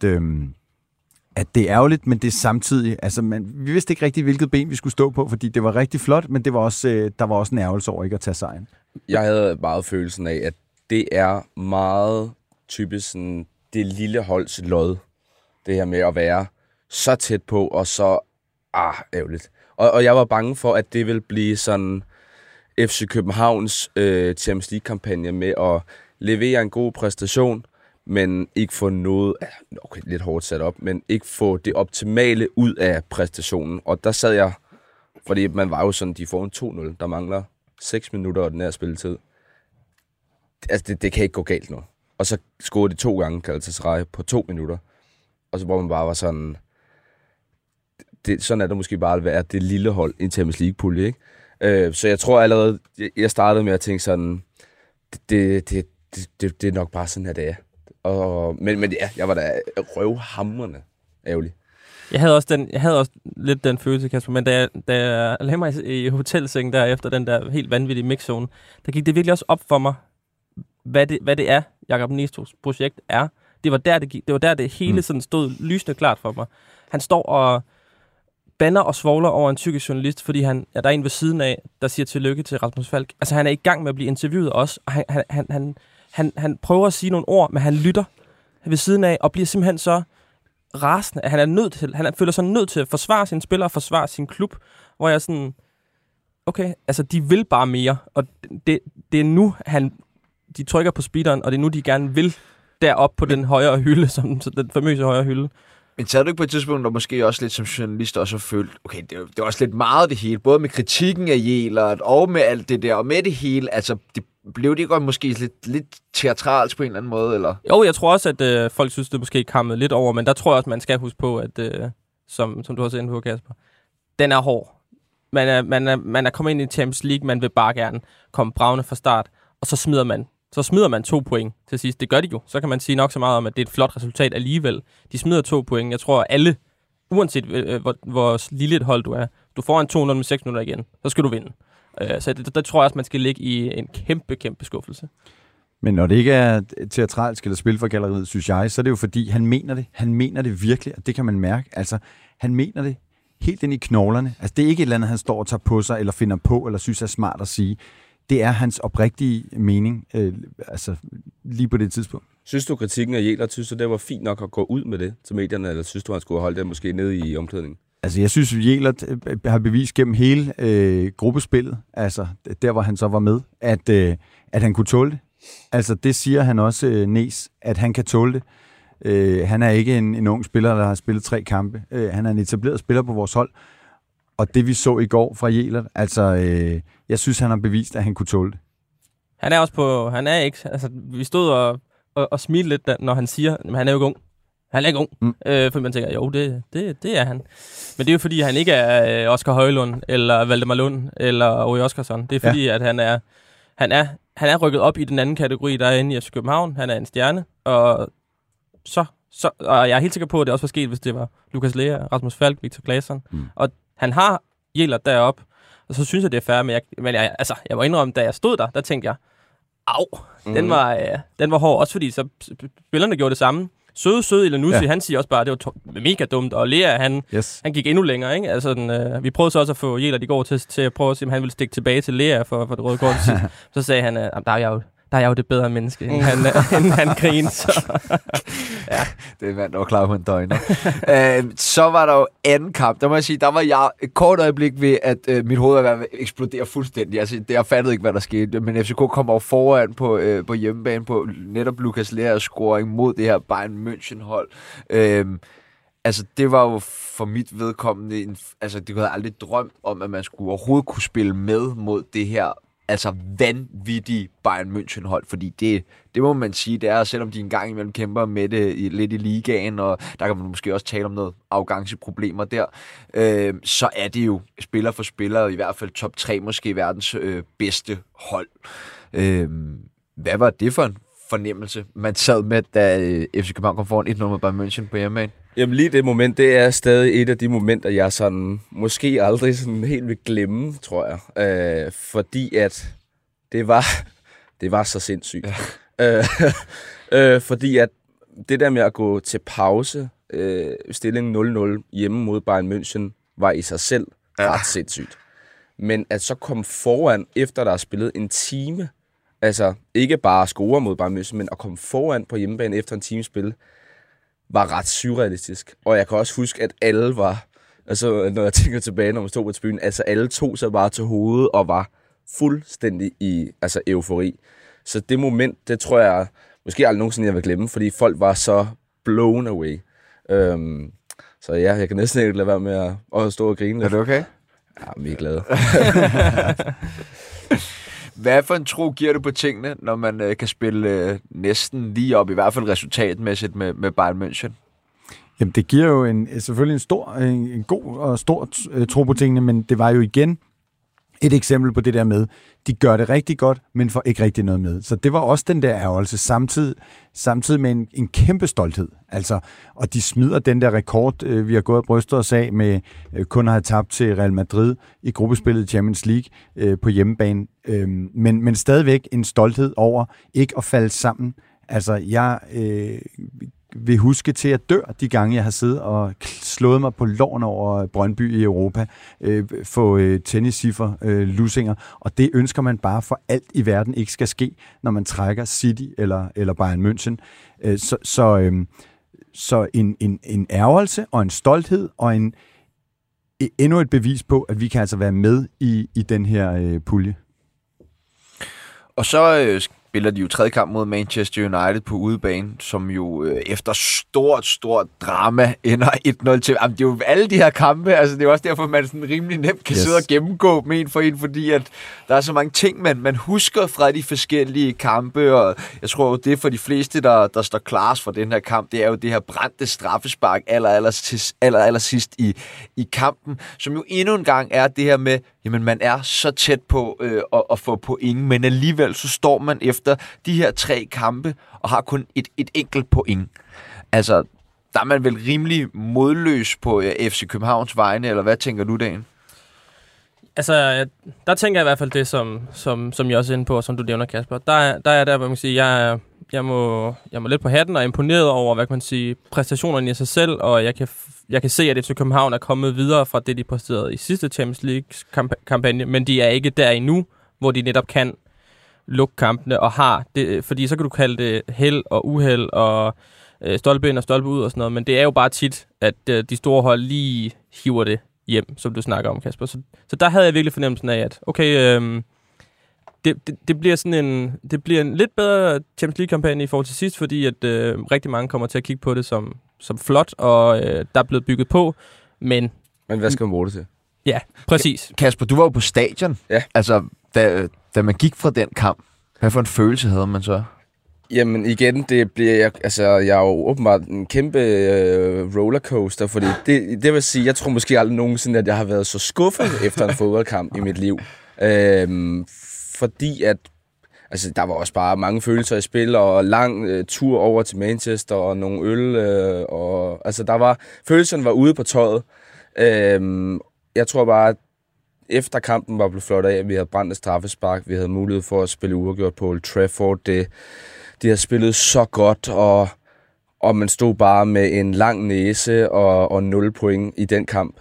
at det er ærgerligt, men det er samtidig, altså vi vidste ikke rigtig, hvilket ben vi skulle stå på, fordi det var rigtig flot, men det var også, der var også en ærgelse over ikke at tage sejren. Jeg havde meget følelsen af, at det er meget typisk sådan, det lille holds lod. Det her med at være så tæt på, og så ærgerligt. Og jeg var bange for, at det ville blive sådan FC Københavns Champions League-kampagne med at levere en god præstation, men ikke få noget, okay, lidt hårdt sat op, men ikke få det optimale ud af præstationen. Og der sad jeg, fordi man var jo sådan, de får en 2-0, der mangler 6 minutter af den her spilletid. Altså, det kan ikke gå galt nu. Og så scorede de 2 gange Galatasaray på 2 minutter. Og så hvor man bare var sådan... sådan er det måske bare at være det lille hold i en Champions League-pulje, ikke? Så jeg tror allerede... Jeg startede med at tænke sådan... Det er nok bare sådan, at det er. Men ja, jeg var da røvhamrende ærgerlig. Jeg havde også lidt den følelse, Kasper, men da jeg lagde mig i hotelsengen der efter den der helt vanvittige mixzone, der gik det virkelig også op for mig, hvad det er, Jakob Næstrup's projekt er. Det var der det hele sådan stod lysende klart for mig. Han står og bander og svogler over en tyrkisk journalist, fordi der er en ved siden af, der siger tillykke til Rasmus Falk. Altså, han er i gang med at blive interviewet også, og han prøver at sige nogle ord, men han lytter ved siden af, og bliver simpelthen så rasende, at han føler sig nødt til at forsvare sine spillere og forsvare sin klub, hvor jeg sådan, okay, altså, de vil bare mere, og det er nu, de trykker på speederen, og det er nu, de gerne vil derop på den højere hylde, som den famøse højere hylde. Men tager du ikke på et tidspunkt, der måske også lidt som journalist også har følt, okay, det var også lidt meget det hele, både med kritikken af Jælert og med alt det der, og med det hele, altså, blev det godt måske lidt teatralsk på en eller anden måde, eller? Jo, jeg tror også, at folk synes, det måske kammede lidt over, men der tror jeg også, man skal huske på, at, som du har set på, Kasper, den er hård. Man er kommet ind i Champions League, man vil bare gerne komme bragende fra start, og så smider man 2 point til sidst. Det gør de jo. Så kan man sige nok så meget om, at det er et flot resultat alligevel. De smider 2 point. Jeg tror, alle, uanset hvor lille et hold du er, du får en 2-0 med 6 minutter igen, så skal du vinde. Så der tror jeg også, man skal ligge i en kæmpe skuffelse. Men når det ikke er teatralsk eller spil for galleriet, synes jeg, så er det jo fordi, han mener det. Han mener det virkelig, og det kan man mærke. Altså, han mener det helt ind i knoglerne. Altså, det er ikke et eller andet, han står og tager på sig, eller finder på, eller synes er smart at sige. Det er hans oprigtige mening, altså lige på det tidspunkt. Synes du, kritikken af Jæler, synes du, det var fint nok at gå ud med det til medierne, eller synes du, han skulle holde det måske nede i omklædningen? Altså, jeg synes, Jæler har bevist gennem hele gruppespillet, altså der, hvor han så var med, at han kunne tåle det. Altså, det siger han også, Næs, at han kan tåle det. Han er ikke en ung spiller, der har spillet 3 kampe. Han er en etableret spiller på vores hold. Og det, vi så i går fra Jæler, altså, jeg synes, han har bevist, at han kunne tåle det. Han er også på... Han er ikke... Altså, vi stod og smilte lidt, når han siger, at han er jo ikke ung. Han er ikke ung. Fordi man tænker, jo, det er han. Men det er jo, fordi han ikke er Oscar Højlund, eller Valdemar Lund, eller Ori Oskarsson. Det er fordi, at han er rykket op i den anden kategori, der er inde i FC København. Han er en stjerne, og og jeg er helt sikker på, at det også var sket, hvis det var Lukas Lea, Rasmus Falk, Victor Claesson. Og han har Jæler derop, og så synes jeg, det er fair, men jeg må indrømme, da jeg stod der tænkte jeg, den var hård, også fordi så spillerne gjorde det samme. Søde Elanussi, han siger også bare, at det var mega dumt, og Lea, han gik endnu længere, ikke? Altså, vi prøvede så også at få Jæler i går til at prøve at se, om han ville stikke tilbage til Lea for det røde kort. Så sagde han, der er jeg jo det bedre menneske, end han griner. Så. Ja. Det er vand, der var klar på en døgner. Så var der jo anden kamp. Der må jeg sige, der var jeg et kort øjeblik ved, at mit hoved var ved at eksplodere fuldstændig. Altså, jeg fattede ikke, hvad der skete. Men FCK kom over foran på hjemmebane på netop Lukas Leas scoring mod det her Bayern München-hold. Altså, det var jo for mit vedkommende... det kunne jeg aldrig drømt om, at man skulle overhovedet kunne spille med mod det her vanvittige Bayern München-hold, fordi det må man sige, det er, selvom de engang imellem kæmper med det lidt i ligaen, og der kan man måske også tale om noget arroganceproblemer der, så er det jo spiller for spiller, i hvert fald top 3 måske verdens bedste hold. Hvad var det for en fornemmelse, man sad med, da FC København kom foran 1-0 med Bayern München på hjemmebane? Jamen lige det moment, det er stadig et af de momenter, jeg sådan måske aldrig sådan helt vil glemme, tror jeg. Fordi at det var så sindssygt. Ja. Fordi at det der med at gå til pause, stillingen 0-0 hjemme mod Bayern München, var i sig selv ret sindssygt. Men at så komme foran, efter der er spillet en time, altså ikke bare score mod Bayern München, men at komme foran på hjemmebane efter en times spil, var ret surrealistisk. Og jeg kan også huske, at alle var, altså når jeg tænker tilbage, når man stod på tribunen, altså alle tog sig bare til hovedet og var fuldstændig i eufori. Så det moment, det tror jeg måske aldrig nogensinde, jeg vil glemme, fordi folk var så blown away. Så ja, jeg kan næsten ikke lade være med at stå og grine lidt. Er det okay? Ja, jeg er glad. Hvad for en tro giver det på tingene, når man kan spille næsten lige op, i hvert fald resultatmæssigt med Bayern München? Jamen, det giver jo selvfølgelig en god og stor tro på tingene, men det var jo igen et eksempel på det der med, de gør det rigtig godt, men får ikke rigtig noget med. Så det var også den der ærgelse, samtidig med en kæmpe stolthed. Altså, og de smider den der rekord, vi har gået og brystet os af, med kun at have tabt til Real Madrid i gruppespillet Champions League på hjemmebane. Men stadigvæk en stolthed over ikke at falde sammen. Altså, jeg vil huske til at dør de gange, jeg har siddet og slået mig på lårene over Brøndby i Europa, få tennisciffer, lussinger, og det ønsker man bare for alt i verden ikke skal ske, når man trækker City eller Bayern München. Så en ærgelse og en stolthed og endnu et bevis på, at vi kan altså være med i den her pulje. Og så spiller de jo tredje kamp mod Manchester United på udebane, som jo efter stort drama ender 1-0 til. Jamen, det er jo alle de her kampe, altså det er jo også derfor, man sådan rimelig nemt kan sidde og gennemgå dem en for en, fordi at der er så mange ting, man husker fra de forskellige kampe, og jeg tror jo, det for de fleste, der står klars for den her kamp, det er jo det her brændte straffespark aller sidst i kampen, som jo endnu en gang er det her med, jamen man er så tæt på at få point, men alligevel så står man efter de her 3 kampe og har kun et enkelt point. Altså, der er man vel rimelig modløs på FC Københavns vegne, eller hvad tænker du, Dan? Altså, der tænker jeg i hvert fald det, som jeg også er inde på, og som du nævner, Kasper. Der er der, hvor man kan sige, jeg må lidt på hatten og er imponeret over, hvad kan man sige, præstationerne i sig selv, og jeg kan se, at FC København er kommet videre fra det, de præsterede i sidste Champions League-kampagne, men de er ikke der endnu, hvor de netop kan lukke kampene og har det, fordi så kan du kalde det held og uheld og stolpe ind og stolpe ud og sådan noget, men det er jo bare tit, at de store hold lige hiver det hjem, som du snakker om, Kasper. Så der havde jeg virkelig fornemmelsen af, at okay, det bliver en lidt bedre Champions League-kampagne i forhold til sidst, fordi at rigtig mange kommer til at kigge på det som flot, og der er blevet bygget på, men hvad skal man bruge det til? Ja, præcis. Kasper, du var jo på stadion. Ja. Altså, da man gik fra den kamp, hvad for en følelse havde man så? Jamen igen, jeg er jo åbenbart en kæmpe rollercoaster, fordi det vil sige, jeg tror måske aldrig nogensinde, at jeg har været så skuffet efter en fodboldkamp i mit liv. Fordi at der var også bare mange følelser i spil, og lang tur over til Manchester, og nogle øl, og følelserne var ude på tøjet. Jeg tror bare, at efter kampen var blevet flot af, at vi havde brændt et straffespark, vi havde mulighed for at spille uafgjort på Old Trafford. De havde spillet så godt, og man stod bare med en lang næse og 0 point i den kamp.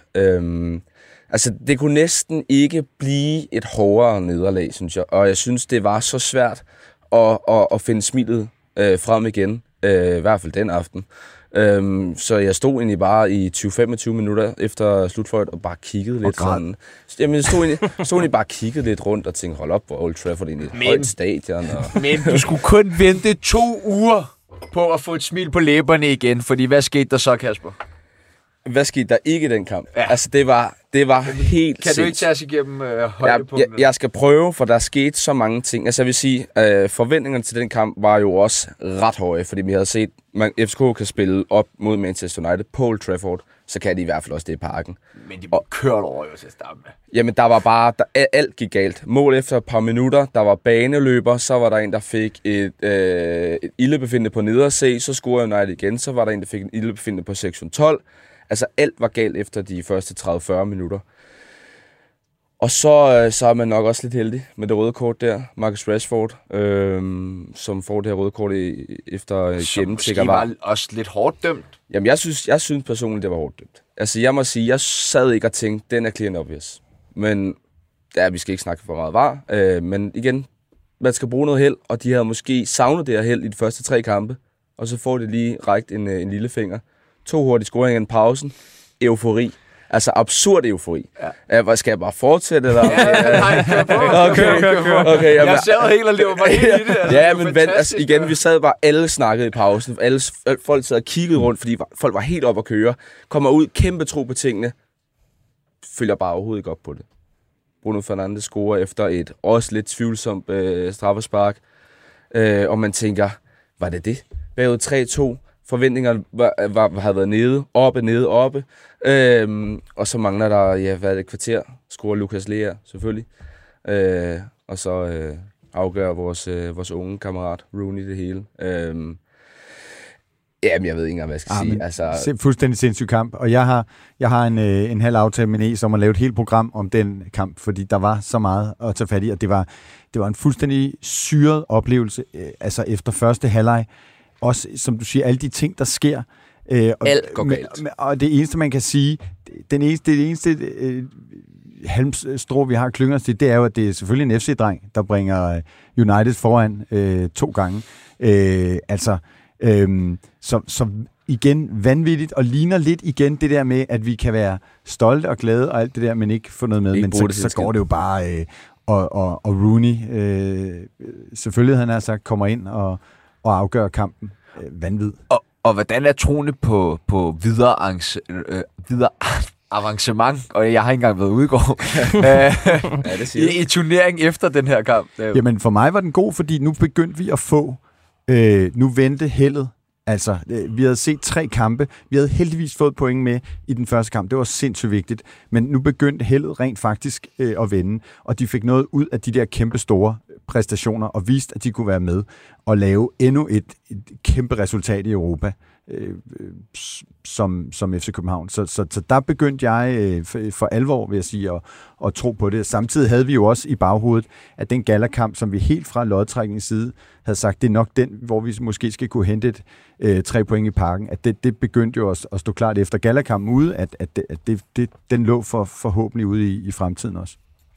Det kunne næsten ikke blive et hårdere nederlag, synes jeg. Og jeg synes, det var så svært at finde smilet frem igen, i hvert fald den aften. Så jeg stod egentlig bare i 20-25 minutter efter slutfløjt og bare kiggede lidt sådan. Jamen, jeg stod egentlig bare kiggede lidt rundt og tænkte, hold op, hvor Old Trafford egentlig et højt stadion. Men du skulle kun vente 2 uger på at få et smil på læberne igen, fordi hvad skete der så, Kasper? Hvad skete der ikke i den kamp? Ja. Det var helt Kan du ikke tage os igennem højdepunkterne? Jeg skal prøve, for der skete så mange ting. Jeg vil sige, forventningerne til den kamp var jo også ret høje, fordi vi havde set, at FCK kan spille op mod Manchester United på Old Trafford, så kan de i hvert fald også det i parken. Men de blev kørt over jo til at starte med. Jamen, der var bare... alt gik galt. Mål efter et par minutter, der var baneløber, så var der en, der fik et ildebefindende på nederse, så scorede United igen, så var der en, der fik en ildebefindende på sektion 12. Alt var galt efter de første 30-40 minutter. Og så er man nok også lidt heldig med det røde kort der. Marcus Rashford, som får det her røde kort efter gennemtækker var. Var også lidt hårdt dømt. Jamen, jeg synes personligt, det var hårdt dømt. Jeg må sige, jeg sad ikke og tænkte, den er clear and obvious. Men vi skal ikke snakke for meget var. Men igen, man skal bruge noget held, og de havde måske savnet det her held i de første 3 kampe. Og så får det lige rækt en lille finger. 2 hurtige scoringer i pausen. Eufori. Absurd eufori. Ja. Skal jeg bare fortsætte? Eller? Nej, Okay, jeg sad helt og lever mig ind i det. Ja, men igen, vi sad bare, alle snakkede i pausen. Folk sad og kiggede rundt, fordi folk var helt op at køre. Kommer ud, kæmpe tro på tingene. Følger bare overhovedet ikke op på det. Bruno Fernandes scorer efter et også lidt tvivlsomt straffespark. Og man tænker, var det? Bagud 3-2. Forventningerne havde været nede, oppe. Og så mangler der, et kvarter. Scorer Lukas Lea, selvfølgelig. Og så afgør vores unge kammerat Rooney det hele. Jamen, jeg ved ikke engang, hvad jeg skal sige. Fuldstændig sindssyg kamp. Og jeg har en halv aftale med Næs om at lave et helt program om den kamp, fordi der var så meget at tage fat i, og det var en fuldstændig syret oplevelse, efter første halvleg. Også, som du siger, alle de ting, der sker. Alt går galt. Og det eneste, man kan sige, det eneste halmstrå, vi har klynger til, det er jo, at det er selvfølgelig en FC-dreng, der bringer United foran 2 gange. Så igen vanvittigt, og ligner lidt igen det der med, at vi kan være stolte og glade og alt det der, men ikke få noget med. Men så går det jo bare, og Rooney, selvfølgelig han har sagt, kommer ind og afgør kampen. Vanvid. Og hvordan er troende på videre avancement, og jeg har ikke engang været ude i går, i turneringen efter den her kamp? Jamen for mig var den god, fordi nu begyndte vi at få, nu vendte heldet. Vi havde set 3 kampe. Vi havde heldigvis fået point med i den første kamp. Det var sindssygt vigtigt. Men nu begyndte heldet rent faktisk at vende, og de fik noget ud af de der kæmpe store præstationer, og viste, at de kunne være med og lave endnu et kæmpe resultat i Europa. som FC København. Så der begyndte jeg for alvor, vil jeg sige, at tro på det. Samtidig havde vi jo også i baghovedet, at den Gala-kamp, som vi helt fra lodtrækningens side havde sagt, det er nok den, hvor vi måske skal kunne hente 3 point i parken, at det begyndte jo at stå klart efter Gala-kampen ude, at den lå forhåbentlig ude i fremtiden også.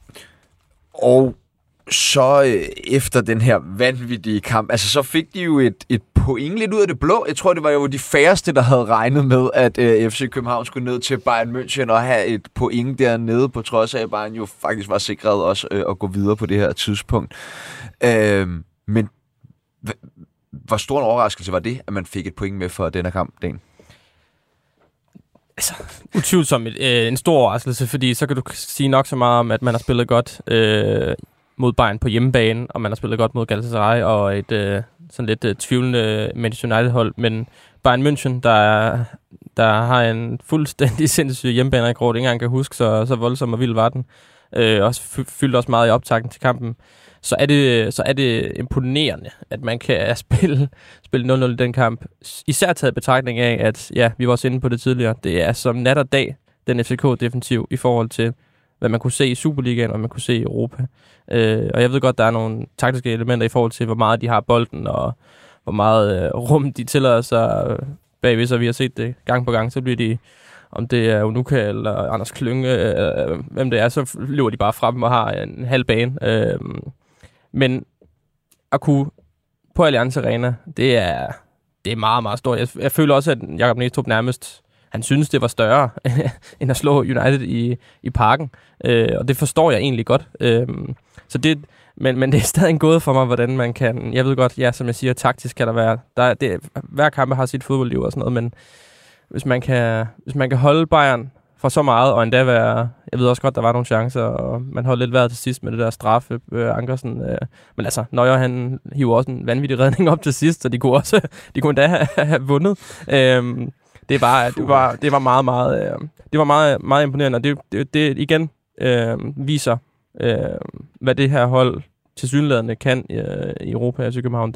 Og så efter den her vanvittige kamp, altså så fik de jo et point lidt ud af det blå. Jeg tror, det var jo de færreste, der havde regnet med, at FC København skulle ned til Bayern München og have et point dernede, på trods af, at Bayern jo faktisk var sikret også at gå videre på det her tidspunkt. Men hvor stor en overraskelse var det, at man fik et point med for denne kamp, Dan? Altså, utvivlsomt en stor overraskelse, fordi så kan du sige nok så meget om, at man har spillet godt mod Bayern på hjemmebane, og man har spillet godt mod Galatasaray og et sådan lidt tvivlende Manchester United-hold, men Bayern München, der har en fuldstændig sindssyg hjemmebanerekord, ikke engang kan huske, så voldsom og vild var den. Også fyldte også meget i optakten til kampen. Så er det imponerende, at man kan spille 0-0 i den kamp. Især taget betragtning af, at ja, vi var også inde på det tidligere, det er som nat og dag, den FCK-defensiv i forhold til, hvad man kunne se i Superligaen, og hvad man kunne se i Europa. Og jeg ved godt, der er nogle taktiske elementer i forhold til, hvor meget de har bolden, og hvor meget rum de tillader sig bagved, så vi har set det gang på gang, så bliver de, om det er Unuka eller Anders Klynge, hvem det er, så løber de bare frem og har en halv bane. Men at kunne på Allianz Arena, det er meget, meget stort. Jeg føler også, at Jakob Næstrup nærmest, han synes, det var større, end at slå United i parken. Og det forstår jeg egentlig godt. Men det er stadig en gåde for mig, hvordan man kan... Jeg ved godt, ja, som jeg siger, taktisk kan der være... hver kamp har sit fodboldliv og sådan noget, men hvis man kan holde Bayern for så meget, og endda være... Jeg ved også godt, der var nogle chancer, og man holdt lidt vejret til sidst med det der straffe, Ankersen. Men altså, Neuer, han hiver også en vanvittig redning op til sidst, så de kunne endda have vundet. Det var meget, meget, meget imponerende, og det igen viser, hvad det her hold tilsyneladende kan i Europa og i København.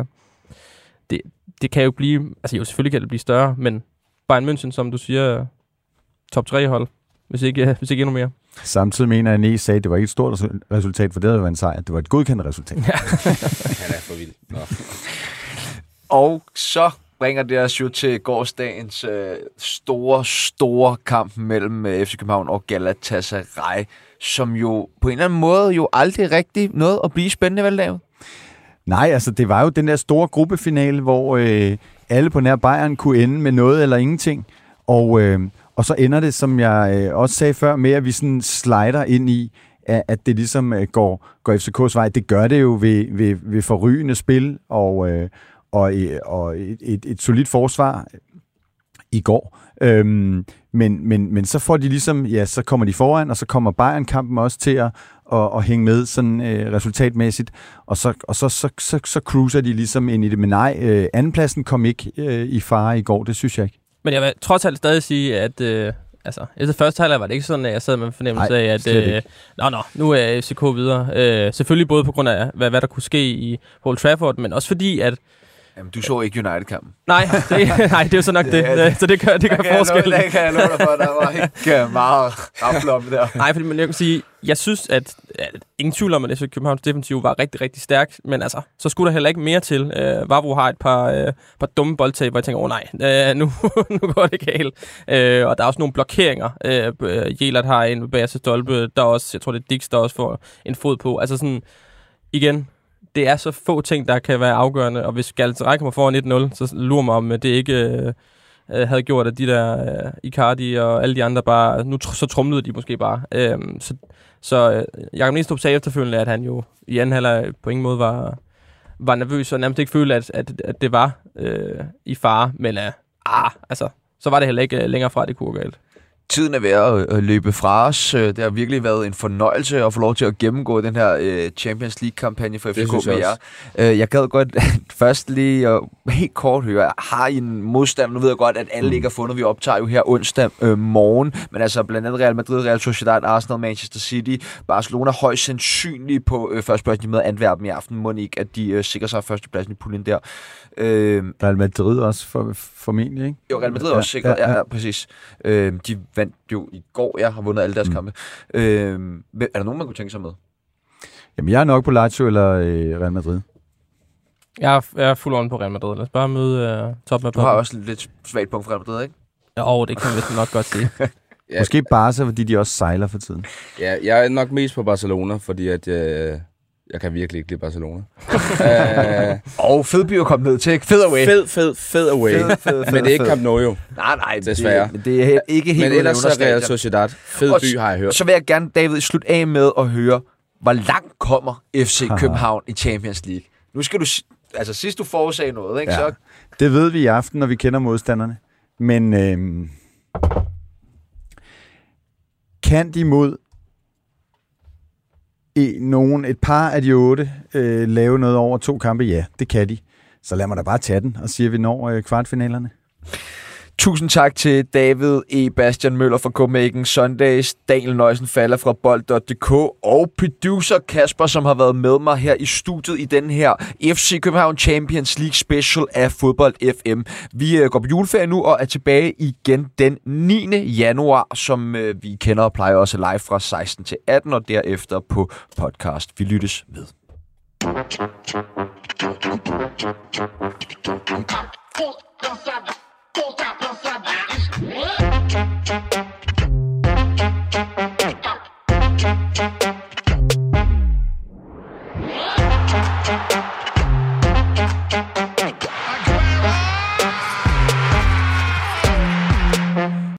Det kan jo blive, altså jo selvfølgelig kan det blive større, men Bayern München, som du siger, top 3 hold, hvis ikke endnu mere. Samtidig mener jeg, at sagde, at det var ikke et stort resultat, for det havde jo været en sejr. Det var et godkendt resultat. Ja. Han er for vild. Nå. Og så bringer det os jo til gårsdagens store kamp mellem FC København og Galatasaray, som jo på en eller anden måde jo aldrig rigtig nåede at blive spændende, vel, David? Nej, altså det var jo den der store gruppefinale, hvor alle på nær Bayern kunne ende med noget eller ingenting. Og så ender det, som jeg også sagde før, med at vi sådan slider ind i, at det ligesom går FCK's vej. Det gør det jo ved forrygende spil og et solidt forsvar i går. Men så får de ligesom, ja, så kommer de foran, og så kommer Bayern-kampen også til at hænge med sådan resultatmæssigt, og så cruiser de ligesom ind i det. Men nej, andenpladsen kom ikke i fare i går, det synes jeg ikke. Men jeg vil trods alt stadig sige, at efter første halvleg var det ikke sådan, at jeg sad med en fornemmelse af, at nu er FCK videre. Selvfølgelig både på grund af, hvad der kunne ske i Old Trafford, men også fordi, at jamen, du så ikke United-kampen. Nej, det er jo så nok det. Så det gør forskel. Det kan jeg love dig for, der var ikke meget rafloppe der. Nej, fordi jeg kan sige, jeg synes, at ingen tvivl om, at FC Københavns defensiv var rigtig, rigtig stærk, men altså, så skulle der heller ikke mere til. Vavro har et par dumme boldtab, hvor jeg tænker, nu går det galt. Og der er også nogle blokeringer. Jelert har en bagerste stolpe, der også, jeg tror det er Dix, der også får en fod på. Altså sådan, igen, det er så få ting, der kan være afgørende, og hvis Galatasaray kommer foran 1-0, så lurer mig om, at det ikke havde gjort, at de der Icardi og alle de andre bare, nu så trumlede de måske bare. Så Jakob Næstrup sagde efterfølgende, at han jo i anden halvleg på ingen måde var nervøs, og nærmest ikke følte, at det var i fare, men altså, så var det heller ikke længere fra, det kunne gå galt. tiden er ved at løbe fra os. Det har virkelig været en fornøjelse at få lov til at gennemgå den her Champions League-kampagne for FCK med jer. Jeg gad godt først lige helt kort høre, har I en modstand? Nu ved jeg godt, at alle ikke har fundet. Vi optager jo her onsdag morgen, men altså blandt andet Real Madrid, Real Sociedad, Arsenal, Manchester City, Barcelona højst sandsynligt på førstepladsen med Antwerpen i aften. Må ikke, at de sikrer sig førstepladsen i puljen der. Real Madrid også formentlig, ikke? Jo, Real Madrid også sikkert. Ja, præcis. De vandt jo i går, har vundet alle deres kampe. Er der nogen, man kunne tænke sig med? Jamen, jeg er nok på Lazio eller Real Madrid. Jeg er full on på Real Madrid. Lad os bare møde toppen af. Du har også lidt svagt punkt for Real Madrid, ikke? Jo, det kan man vist nok godt sige. Ja. Måske Barca, fordi de også sejler for tiden. Ja, jeg er nok mest på Barcelona, fordi at jeg kan virkelig ikke lide Barcelona. Fedby er kommet ned til, ikke? Fed away. Fed away. Men det er ikke Camp Nou jo. Nej, desværre. Det er ikke helt. Men ellers er Real Sociedad. Fed by har jeg hørt. Så vil jeg gerne, David, slutte af med at høre, hvor langt kommer FC København i Champions League? Nu skal du... Altså, sidst du forudsagde noget, ikke? Ja. Så... Det ved vi i aften, når vi kender modstanderne. Men kan de mod et par af de 8 lave noget over 2 kampe? Ja, det kan de. Så lad mig da bare tage den og sige, at vi når kvartfinalerne. Tusind tak til David E. Bastian Møller fra Copenhagen Sundays, Daniel Nøjsen Falder fra Bold.dk og producer Kasper, som har været med mig her i studiet i den her FC København Champions League special af Fodbold FM. Vi går på juleferie nu og er tilbage igen den 9. januar, som vi kender og plejer også live fra 16 til 18 og derefter på podcast. Vi lyttes ved. Thank you.